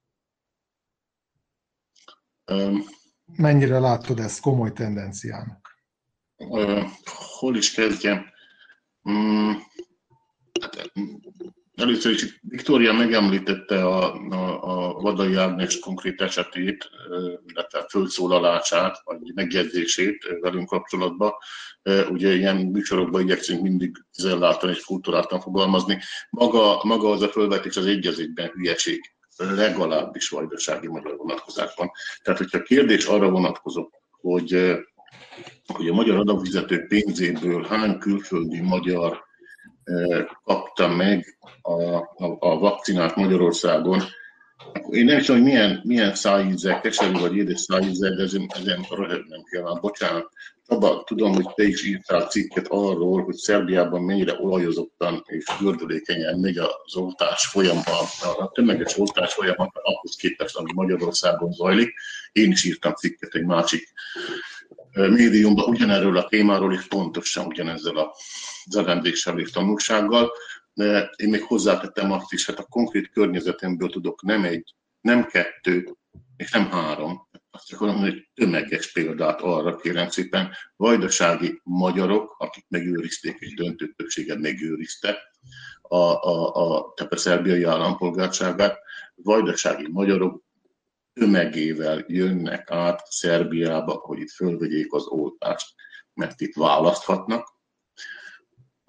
Um, Mennyire látod ezt komoly tendenciának? Uh, hol is kezdjem? Um, Hát, először is Viktória megemlítette a, a, a Vadai Ágnes konkrét esetét, illetve fölszólalását, vagy megjegyzését velünk kapcsolatban. Ugye ilyen műsorokban igyekszünk mindig tizenlátan és kulturáltan fogalmazni. Maga, maga az a fölvetés az egy az egyben hülyeség, legalábbis vajdasági magyar vonatkozásban. Tehát, hogyha a kérdés arra vonatkozott, hogy, hogy a magyar adófizetők pénzéből hány külföldi magyar kapta meg a, a, a vakcinát Magyarországon. Én nem tudom, hogy milyen, milyen szájízzel, keserű vagy édes szájízzel, de ezen, ezen röhögnem kell már. Bocsánat. Csaba, tudom, hogy te is írtál cikket arról, hogy Szerbiában mennyire olajozottan és gördülékenyen megy az oltás folyamban, a tömeges oltás folyamat ahhoz képest, ami Magyarországon zajlik. Én is írtam cikket egy másik médiumban ugyanerről a témáról, és pontosan ugyanezzel a zarendéssel és tanulsággal. De én még hozzátettem azt is, hát a konkrét környezetemből tudok nem egy, nem kettő, és nem három, azt csak mondom, hogy tömeges példát arra, kérem szépen, vajdasági magyarok, akik megőrizték, és döntő többséget megőrizte a, a, a tepe szerbiai állampolgárságát, vajdasági magyarok tömegével jönnek át Szerbiába, hogy itt fölvegyék az oltást, mert itt választhatnak.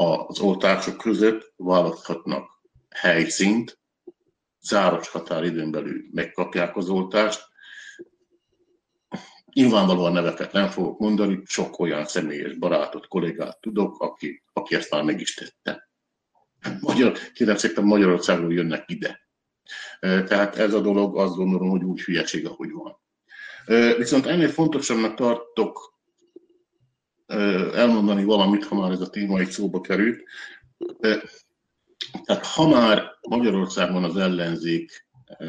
az oltások között választhatnak helyszínt, záros határidőn belül megkapják az oltást. Nyilvánvalóan neveket nem fogok mondani, sok olyan személyes barátot, kollégát tudok, aki, aki ezt már meg is tette. Magyar, kérem szépen, Magyarországról jönnek ide. Tehát ez a dolog, azt gondolom, hogy úgy hülyeség, ahogy van. Viszont ennél fontosabbnak tartok elmondani valamit, ha már ez a téma egy szóba került. Tehát ha már Magyarországon az ellenzék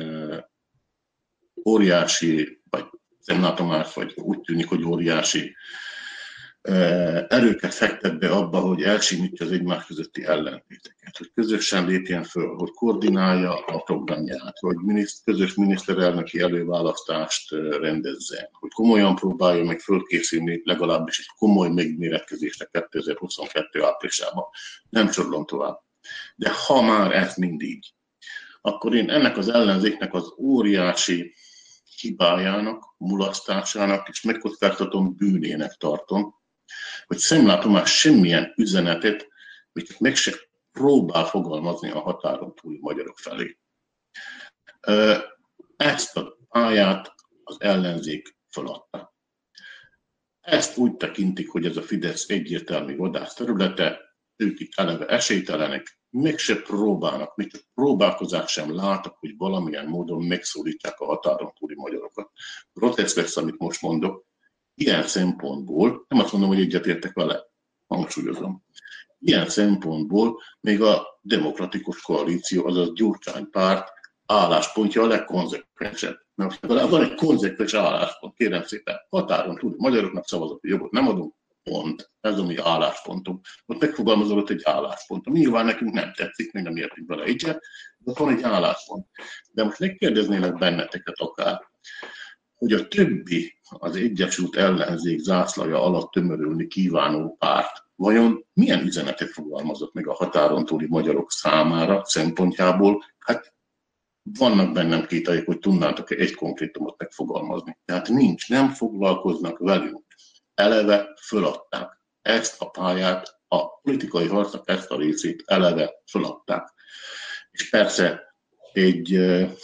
óriási, vagy nem látom át, vagy úgy tűnik, hogy óriási erőket fektet be abba, hogy elsimítja az egymás közötti ellentéteket, hogy közösen lépjen föl, hogy koordinálja a programját, hogy miniszt, közös miniszterelnöki előválasztást rendezzen, hogy komolyan próbálja meg fölkészülni legalábbis egy komoly megméretkezésre kétezer-huszonkettő áprilisában. Nem sorolom tovább. De ha már ez mindig, akkor én ennek az ellenzéknek az óriási hibájának, mulasztásának és megkockáztatom bűnének tartom, hogy szemlátomás semmilyen üzenetet, amit meg se próbál fogalmazni a határon túli magyarok felé. Ezt a pályát az ellenzék feladta. Ezt úgy tekintik, hogy ez a Fidesz egyértelmű vadász területe, ők itt eleve esélytelenek, meg se próbálnak, még csak próbálkozás sem látok, hogy valamilyen módon megszólítják a határon túli magyarokat. Groteszk lesz, amit most mondok. Ilyen szempontból, nem azt mondom, hogy egyetértek vele, hangsúlyozom. Ilyen szempontból még a demokratikus koalíció, azaz Gyurcsány párt álláspontja a legkonzekvensebb. Mert legalább van egy konzekvens álláspont, kérem szépen, határon túli magyaroknak szavazati jogot nem adunk, pont. Ez a mi álláspontunk. Ott megfogalmazódott egy álláspont. Nyilván nekünk nem tetszik, még nem értünk vele egyet, de van egy álláspont. De most megkérdeznélek benneteket akár, hogy a többi az Egyesült Ellenzék zászlaja alatt tömörülni kívánó párt vajon milyen üzenetet fogalmazott meg a határon túli magyarok számára szempontjából? Hát vannak bennem kételyek, hogy tudnátok-e egy konkrétumot megfogalmazni. Tehát nincs, nem foglalkoznak velünk. Eleve föladták ezt a pályát, a politikai harcnak ezt a részét eleve föladták. És persze egy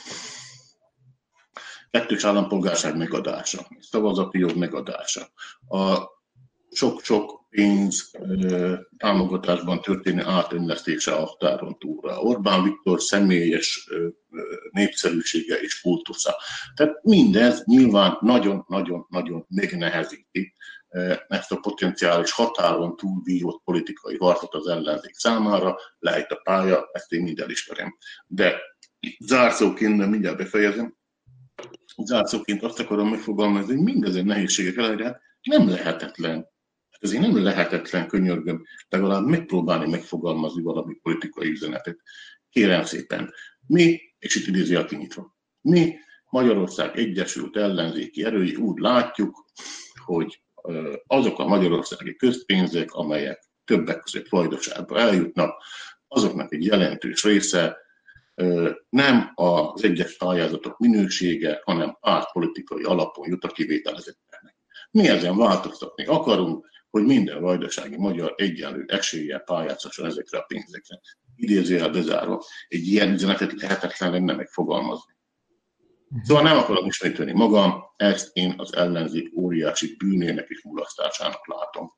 kettős állampolgárság megadása, szavazati jog megadása, a sok-sok pénz támogatásban történő átönlesztése a határon túlra, Orbán Viktor személyes népszerűsége és kultusza. Tehát mindez nyilván nagyon-nagyon-nagyon megnehezíti ezt a potenciális határon túl vívott politikai harcot az ellenzék számára, lehet a pálya, ezt én mind elismerem. De zárszóként, mindjárt befejezem, zárszóként azt akarom megfogalmazni, hogy mindezen nehézségek ellenére nem lehetetlen, ezért nem lehetetlen, könyörgöm, legalább megpróbálni megfogalmazni valami politikai üzenetet. Kérem szépen, mi, és itt idézi a kinyitva, mi Magyarország Egyesült Ellenzéki Erői úgy látjuk, hogy azok a magyarországi közpénzek, amelyek többek között Vajdaságba eljutnak, azoknak egy jelentős része nem az egyes pályázatok minősége, hanem pártpolitikai alapon jut a kivételezetteknek. Mi ezen változtatni akarunk, hogy minden vajdasági magyar egyenlő eséllyel pályázhasson ezekre a pénzekre. Idézőjel bezárva, egy ilyen üzenetet lehetetlen lenne megfogalmazni. Szóval nem akarom ismételni magam, ezt én az ellenzék óriási bűnének és mulasztásának látom.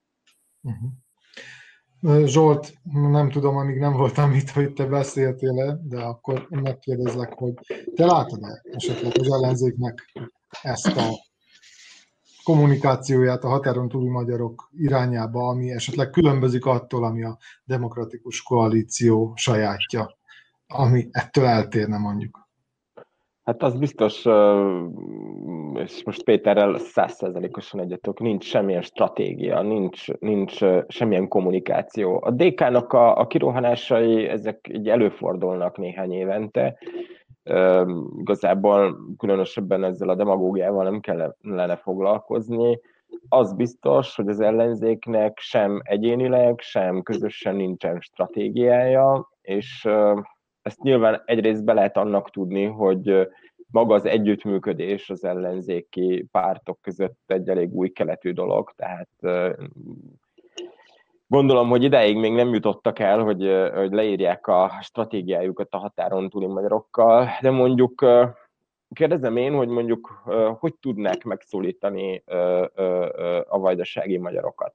Zsolt, nem tudom, amíg nem voltam itt, hogy te beszéltél, de akkor megkérdezlek, hogy te látod-e esetleg az ellenzéknek ezt a kommunikációját a határon túli magyarok irányába, ami esetleg különbözik attól, ami a demokratikus koalíció sajátja, ami ettől eltérne mondjuk? Hát az biztos, és most Péterrel száz százalékosan egyetok, nincs semmilyen stratégia, nincs, nincs semmilyen kommunikáció. A dé ká-nak a, a kirohanásai, ezek így előfordulnak néhány évente. Igazából különösebben ezzel a demagógiával nem kellene foglalkozni. Az biztos, hogy az ellenzéknek sem egyénileg, sem közösen nincsen stratégiája, és ezt nyilván egyrészt be lehet annak tudni, hogy maga az együttműködés az ellenzéki pártok között egy elég új keletű dolog, tehát Gondolom, hogy idáig még nem jutottak el, hogy, hogy leírják a stratégiájukat a határon túli magyarokkal, de mondjuk kérdezem én, hogy mondjuk hogy tudnák megszólítani a vajdasági magyarokat.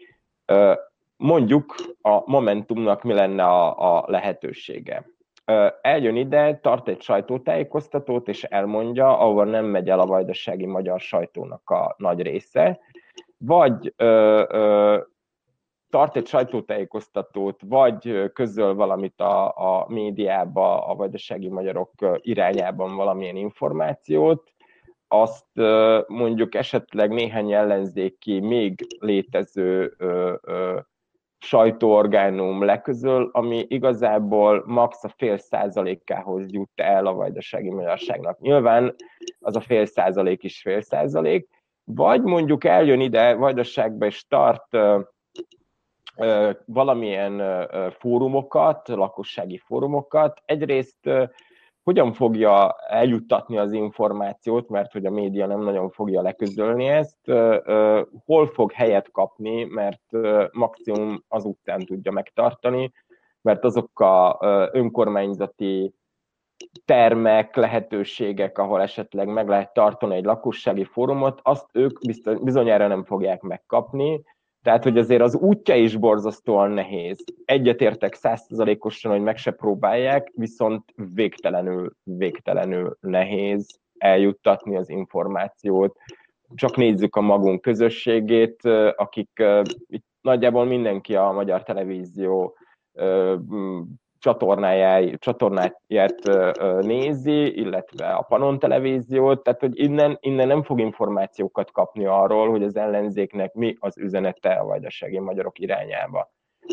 Mondjuk a Momentumnak mi lenne a, a lehetősége. Eljön ide, tart egy sajtótájékoztatót, és elmondja, ahol nem megy el a vajdasági magyar sajtónak a nagy része, vagy ö, ö, tart egy sajtótájékoztatót, vagy közöl valamit a, a médiába, a vajdasági magyarok irányában valamilyen információt, azt mondjuk esetleg néhány ellenzéki, még létező ö, ö, sajtóorgánum leközöl, ami igazából max a fél százalékához jut el a vajdasági magyarságnak. Nyilván az a fél százalék is fél százalék, vagy mondjuk eljön ide Vajdaságba és tart ö, ö, valamilyen ö, fórumokat, lakossági fórumokat. Egyrészt ö, hogyan fogja eljuttatni az információt, mert hogy a média nem nagyon fogja leközölni ezt, hol fog helyet kapni, mert maximum azután tudja megtartani, mert azok a önkormányzati termek, lehetőségek, ahol esetleg meg lehet tartani egy lakossági fórumot, azt ők bizonyára nem fogják megkapni. Tehát, hogy azért az útja is borzasztóan nehéz. Egyetértek száz százalékosan, hogy meg se próbálják, viszont végtelenül, végtelenül nehéz eljuttatni az információt. Csak nézzük a magunk közösségét, akik itt nagyjából mindenki a Magyar Televízió csatornáját, csatornáját nézi, illetve a Panon Televíziót, tehát hogy innen, innen nem fog információkat kapni arról, hogy az ellenzéknek mi az üzenete a vajdasági magyarok irányába.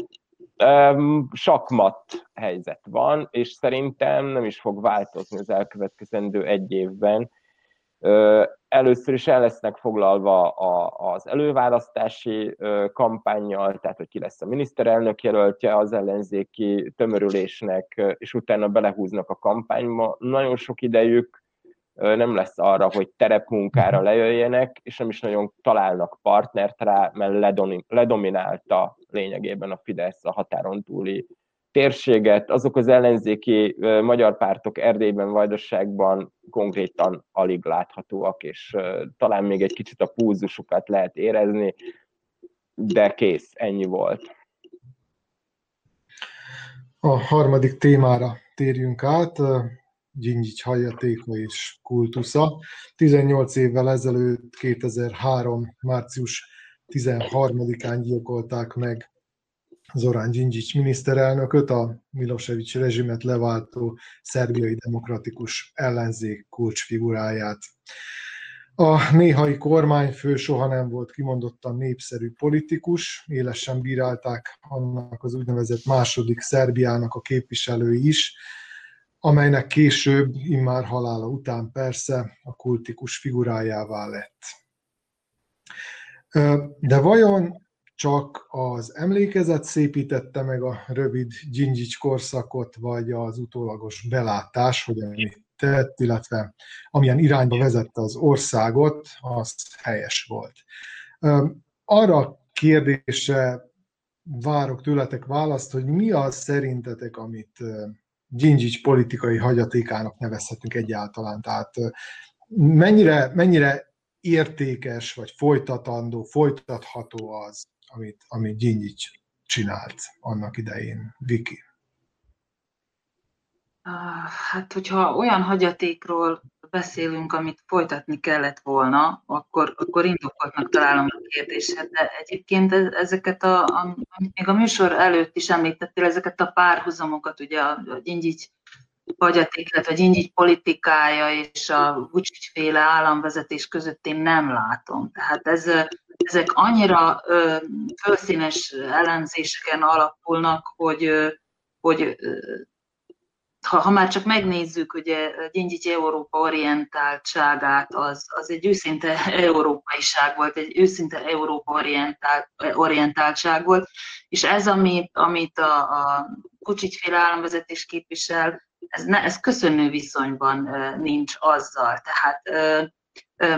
Sakmat helyzet van, és szerintem nem is fog változni az elkövetkezendő egy évben. Először is el lesznek foglalva az előválasztási kampánnyal, tehát hogy ki lesz a miniszterelnök jelöltje az ellenzéki tömörülésnek, és utána belehúznak a kampányba. Nagyon sok idejük nem lesz arra, hogy terepmunkára lejöjjenek, és nem is nagyon találnak partnert rá, mert ledominálta lényegében a Fidesz a határon túli térséget. Azok az ellenzéki magyar pártok Erdélyben, Vajdaságban konkrétan alig láthatóak, és talán még egy kicsit a pulzusukat lehet érezni, de kész, ennyi volt. A harmadik témára térjünk át, Gyingyics hagyatéka és kultusza. tizennyolc évvel ezelőtt, kétezer-három. március tizenharmadikán gyilkolták meg Zoran Gyingyics miniszterelnököt, a Milosevic rezsimet leváltó szerbiai demokratikus ellenzék kulcsfiguráját. A néhai kormányfő soha nem volt kimondottan népszerű politikus, élesen bírálták annak az úgynevezett második Szerbiának a képviselői is, amelynek később, immár halála után persze a kultikus figurájává lett. De vajon csak az emlékezet szépítette meg a rövid Gyingyics korszakot, vagy az utólagos belátás, hogy amit tett, illetve amilyen irányba vezette az országot, az helyes volt. Arra a kérdésre várok tőletek választ, hogy mi az szerintetek, amit Gyingyics politikai hagyatékának nevezhetünk egyáltalán. Tehát mennyire, mennyire értékes, vagy folytatandó, folytatható az, amit, amit Gyingyics csinált annak idején. Viki? Hát, hogyha olyan hagyatékról beszélünk, amit folytatni kellett volna, akkor, akkor indokoltnak találom a kérdéset, de egyébként ezeket, a, a, amit még a műsor előtt is említettél, ezeket a párhuzamokat, ugye a Gyingyics hagyaték, illetve a Gyingyics politikája és a Vučić-féle államvezetés között én nem látom. Tehát ez, ezek annyira ö, fölszínes elemzéseken alapulnak, hogy, ö, hogy ö, Ha, ha már csak megnézzük, ugye Gyingyics Európa orientáltságát, az, az egy őszinte európaiság volt, egy őszinte Európa orientált, orientáltság volt, és ez, amit, amit a, a Vučić-féle államvezetés képvisel, ez, ne, ez köszönő viszonyban nincs azzal. Tehát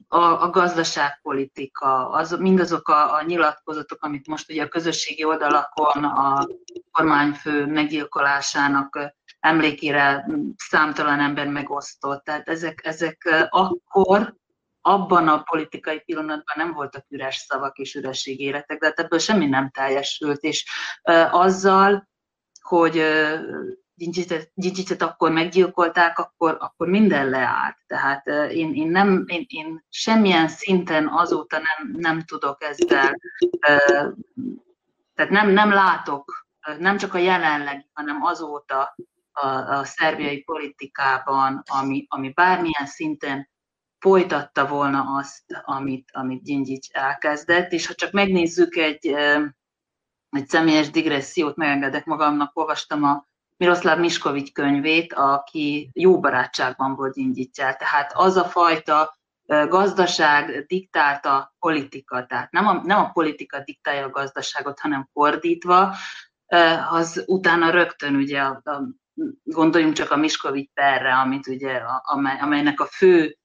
a, a gazdaságpolitika, az, mindazok a, a nyilatkozatok, amit most ugye a közösségi oldalakon a kormányfő meggyilkolásának emlékére számtalan ember megosztott. Tehát ezek, ezek akkor, abban a politikai pillanatban nem voltak üres szavak és üres ígéretek, de hát ebből semmi nem teljesült, és azzal, hogy Gyingyicet akkor meggyilkolták, akkor, akkor minden leállt. Tehát én, én, nem, én, én semmilyen szinten azóta nem, nem tudok ezzel, tehát nem, nem látok, nem csak a jelenlegi, hanem azóta a, a szerbiai politikában, ami, ami bármilyen szinten folytatta volna azt, amit, amit Gyingyics elkezdett, és ha csak megnézzük egy, egy személyes digressziót, megengedek magamnak, olvastam a Miroslav Miskovics könyvét, aki jó barátságban volt Gyingyicsel. Tehát az a fajta gazdaság diktálta politika, tehát nem a, nem a politika diktálja a gazdaságot, hanem fordítva, az utána rögtön ugye, a, a, gondoljunk csak a Miskovics perre, amit ugye, amely, amelynek a fő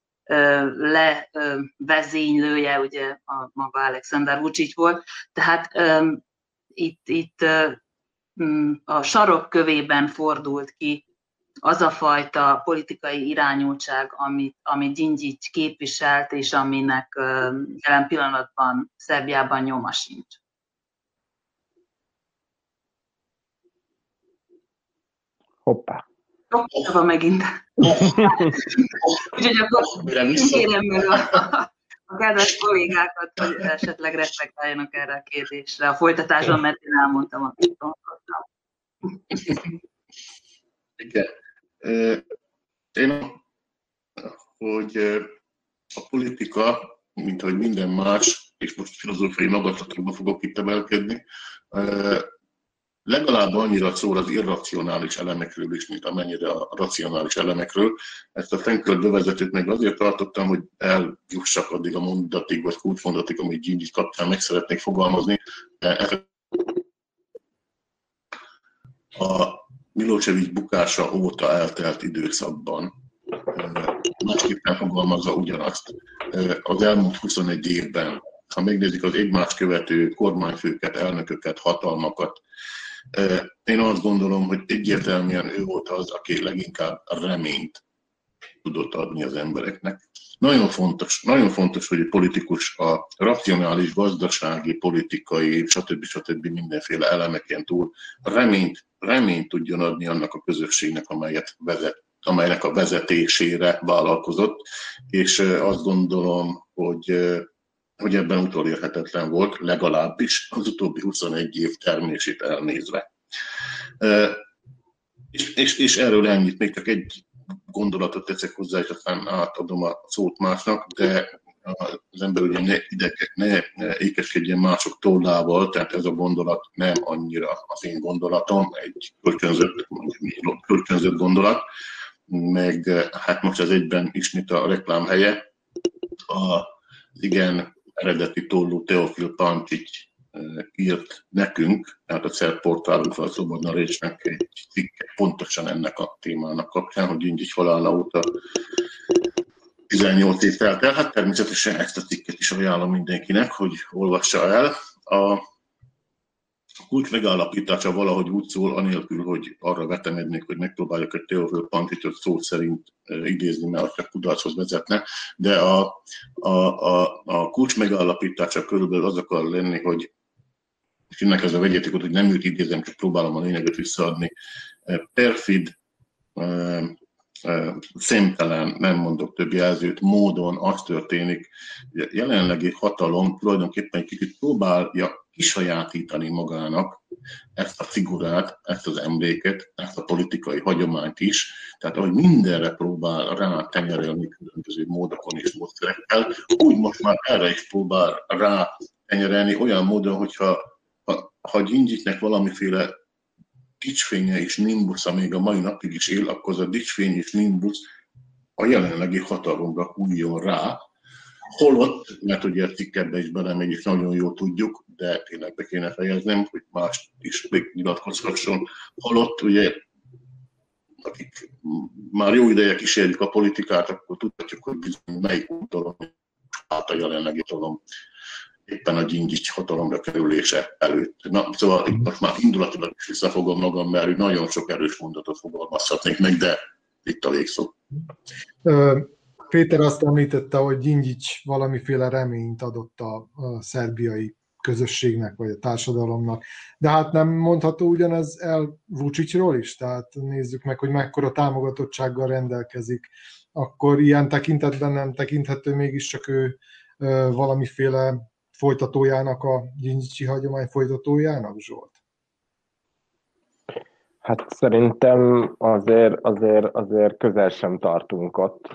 levezénylője ugye a maga Aleksandar Vučić volt. Tehát um, itt, itt um, a sarokkövében fordult ki az a fajta politikai irányultság, amit, amit Gyingyics képviselt, és aminek um, jelen pillanatban Szerbiában nyoma sincs. Hoppá. Hoppá, megint. Úgyhogy akkor kérem meg a, a kedves kollégákat, hogy esetleg reflektáljanak erre a kérdésre a folytatásban, mert én elmondtam, amit gondoltam. Igen. Én, hogy a politika, mint ahogy minden más, és most filozófiai magaslatokba fogok itt emelkedni, legalább annyira szól az irracionális elemekről is, mint amennyire a racionális elemekről. Ezt a Frankl bevezetőt meg azért tartottam, hogy eljussak addig a mondatig, vagy kulcsmondatig, amit Gyingyics kapcsán meg szeretnék fogalmazni. A Milosevic bukása óta eltelt időszakban másképpen fogalmazza ugyanazt. Az elmúlt huszonegy évben, ha megnézik az egymást követő kormányfőket, elnököket, hatalmakat, én azt gondolom, hogy egyértelműen ő volt az, aki leginkább reményt tudott adni az embereknek. Nagyon fontos, nagyon fontos, hogy egy politikus a racionális, gazdasági, politikai, stb. stb. Mindenféle elemeken túl reményt, reményt tudjon adni annak a közösségnek, amelyet vezet, amelynek a vezetésére vállalkozott, és azt gondolom, hogy hogy ebben utolérhetetlen volt, legalábbis az utóbbi huszonegy év termését elnézve. És, és, és erről ennyit, még csak egy gondolatot teszek hozzá, és aztán átadom a szót másnak, de az ember ugye ne, idegek, ne, ne ékeskedjen mások tollával, tehát ez a gondolat nem annyira az én gondolatom, egy kölcsönzött, kölcsönzött gondolat, meg hát most ez egyben ismét a reklám helye. A, igen, eredeti tollú Teofil Pančić írt nekünk, tehát a szerb portálunkra, a Slobodna Riečnek egy cikket pontosan ennek a témának kapcsán, hogy Gyingyics halála óta tizennyolc év telt el. Hát természetesen ezt a cikket is ajánlom mindenkinek, hogy olvassa el. A kulcs megállapítása valahogy úgy szól, anélkül, hogy arra vetemednék, hogy megpróbáljuk egy Teofil Pančićot szó szerint idézni, mert csak kudarchoz vezetne, de a, a, a, a kulcs megállapítása körülbelül az akar lenni, hogy, és ennek ez a vegyétek, hogy nem őt idézem, csak próbálom a lényeget visszaadni, perfid, szemtelen, nem mondok több jelzőt, módon az történik, hogy a jelenlegi hatalom tulajdonképpen kicsit próbálja kisajátítani magának ezt a figurát, ezt az emléket, ezt a politikai hagyományt is, tehát ahogy mindenre próbál rá tenyerelni különböző módokon és módszerekkel, úgy most már erre is próbál rá tenyerelni olyan módon, hogyha ha, ha Gyingyicsnek valamiféle dicsfénye és nimbusza még a mai napig is él, akkor az a dicsfény és nimbusz a jelenlegi hatalomra hújjon rá, holott, mert ugye a cikkebbe is belemegy, és nagyon jól tudjuk, de tényleg be kéne fejeznem, hogy más is még nyilatkozhasson. Holott ugye, akik már jó ideje kísérjük a politikát, akkor tudhatjuk, hogy bizony melyik úton állt a jelenlegi hatalom éppen a Gyingyics hatalomra kerülése előtt. Na, szóval itt most már indulatilag is visszafogom magam, mert nagyon sok erős mondatot fogalmazhatnék meg, de itt a végszó. Péter azt említette, hogy Gyingyics valamiféle reményt adott a, a szerbiai közösségnek, vagy a társadalomnak. De hát nem mondható ugyanez el Vučićról is? Tehát nézzük meg, hogy mekkora támogatottsággal rendelkezik. Akkor ilyen tekintetben nem tekinthető mégiscsak ő valamiféle folytatójának, a Gyingyicsi hagyomány folytatójának, Zsolt? Hát szerintem azért, azért, azért közel sem tartunk ott.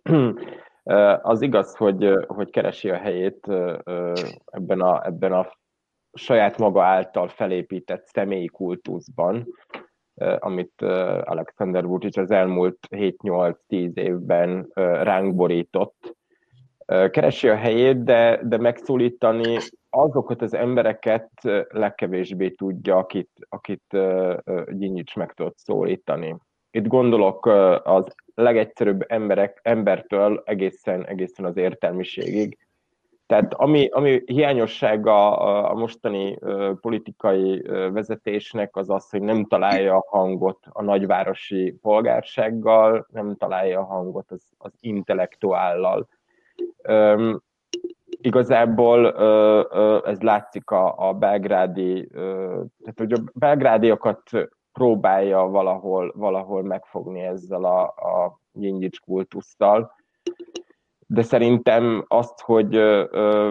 Az igaz, hogy, hogy keresi a helyét ebben a, ebben a saját maga által felépített személyi kultuszban, amit Alexander Vučić az elmúlt hét-nyolc-tíz évben ránk borított. Keresi a helyét, de, de megszólítani azokat az embereket legkevésbé tudja, akit, akit Gyingyich meg tudott szólítani. Itt gondolok az legegyszerűbb emberek, embertől egészen, egészen az értelmiségig. Tehát ami, ami hiányossága a, a mostani uh, politikai uh, vezetésnek az az, hogy nem találja a hangot a nagyvárosi polgársággal, nem találja a hangot az, az intellektuállal. Um, igazából uh, uh, ez látszik a, a belgrádi, uh, tehát hogy a belgrádiakat próbálja valahol, valahol megfogni ezzel a, a Gyingyich kultusszal. De szerintem azt, hogy ö, ö,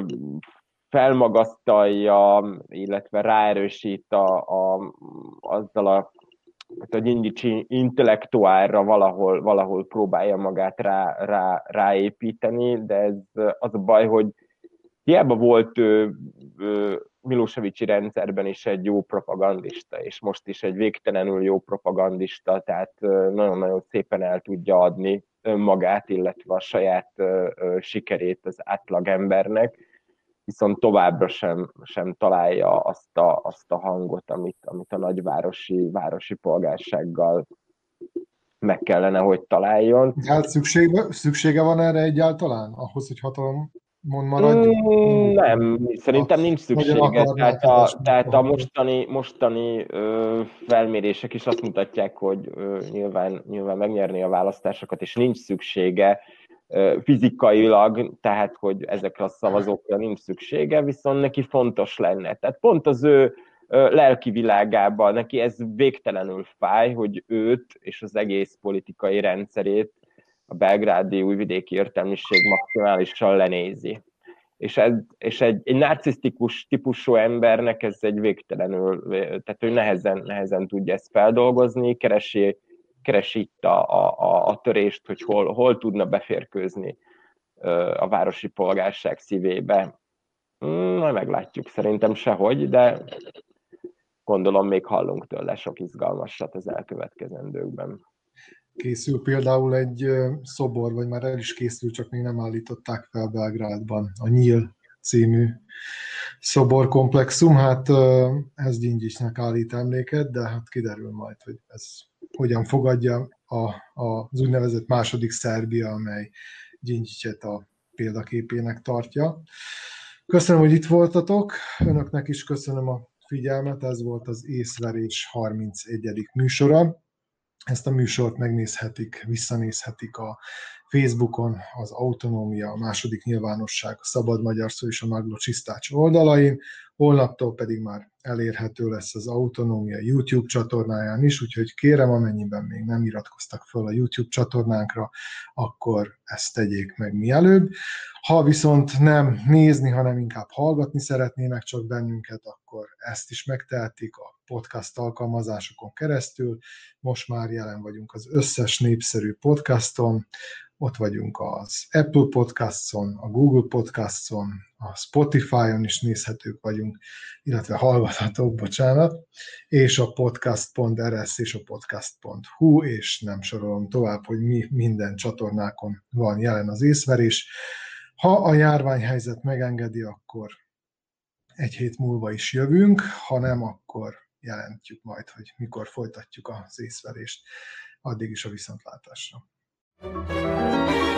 felmagasztalja, illetve ráerősít a, a, azzal a, a Gyingyichi intellektuálra valahol, valahol próbálja magát rá, rá, ráépíteni, de ez az a baj, hogy hiába volt ő, ő, Miloševići rendszerben is egy jó propagandista, és most is egy végtelenül jó propagandista, tehát nagyon-nagyon szépen el tudja adni önmagát, illetve a saját ö, ö, sikerét az átlagembernek, viszont továbbra sem, sem találja azt a, azt a hangot, amit, amit a nagyvárosi városi polgársággal meg kellene, hogy találjon. Hát szüksége, szüksége van erre egyáltalán, ahhoz, hogy hatalom mond maradjon? Mm, nem, szerintem nincs szüksége. Tehát a, tehát a mostani, mostani ö, felmérések is azt mutatják, hogy ö, nyilván, nyilván megnyerni a választásokat, és nincs szüksége ö, fizikailag, tehát hogy ezekre a szavazókra nincs szüksége, viszont neki fontos lenne. Tehát pont az ő ö, lelki világában neki ez végtelenül fáj, hogy őt és az egész politikai rendszerét a belgrádi újvidéki értelmiség maximálisan lenézi. És, ez, és egy, egy narcisztikus típusú embernek ez egy végtelenül, tehát ő nehezen, nehezen tudja ezt feldolgozni, keresi, keresi itt a, a, a törést, hogy hol, hol tudna beférkőzni a városi polgárság szívébe. Majd meglátjuk, szerintem sehogy, de gondolom még hallunk tőle sok izgalmasat az elkövetkezendőkben. Készül például egy szobor, vagy már el is készül, csak még nem állították fel Belgrádban, a Nyíl című szoborkomplexum. Hát ez Gyingyichnek állít emléket, de hát kiderül majd, hogy ez hogyan fogadja a, a, az úgynevezett második Szerbia, amely Gyingyichet a példaképének tartja. Köszönöm, hogy itt voltatok, önöknek is köszönöm a figyelmet, ez volt az Észverés harmincegyedik műsora. Ezt a műsort megnézhetik, visszanézhetik a Facebookon, az Autonómia, a második nyilvánosság, a Szabad Magyar Szó és a Nagló Csisztács oldalain, holnaptól pedig már elérhető lesz az Autonómia YouTube csatornáján is, úgyhogy kérem, amennyiben még nem iratkoztak fel a YouTube csatornánkra, akkor ezt tegyék meg mielőbb. Ha viszont nem nézni, hanem inkább hallgatni szeretnének csak bennünket, akkor ezt is megtehetik a podcast alkalmazásokon keresztül. Most már jelen vagyunk az összes népszerű podcaston, ott vagyunk az Apple Podcaston, a Google Podcaston, a Spotify-on is nézhetők vagyunk, illetve hallgathatók, bocsánat, és a podcast pont er es és a podcast pont hu, és nem sorolom tovább, hogy mi minden csatornákon van jelen az észverés. Ha a járványhelyzet megengedi, akkor egy hét múlva is jövünk, ha nem, akkor jelentjük majd, hogy mikor folytatjuk az észverést. Addig is a viszontlátásra.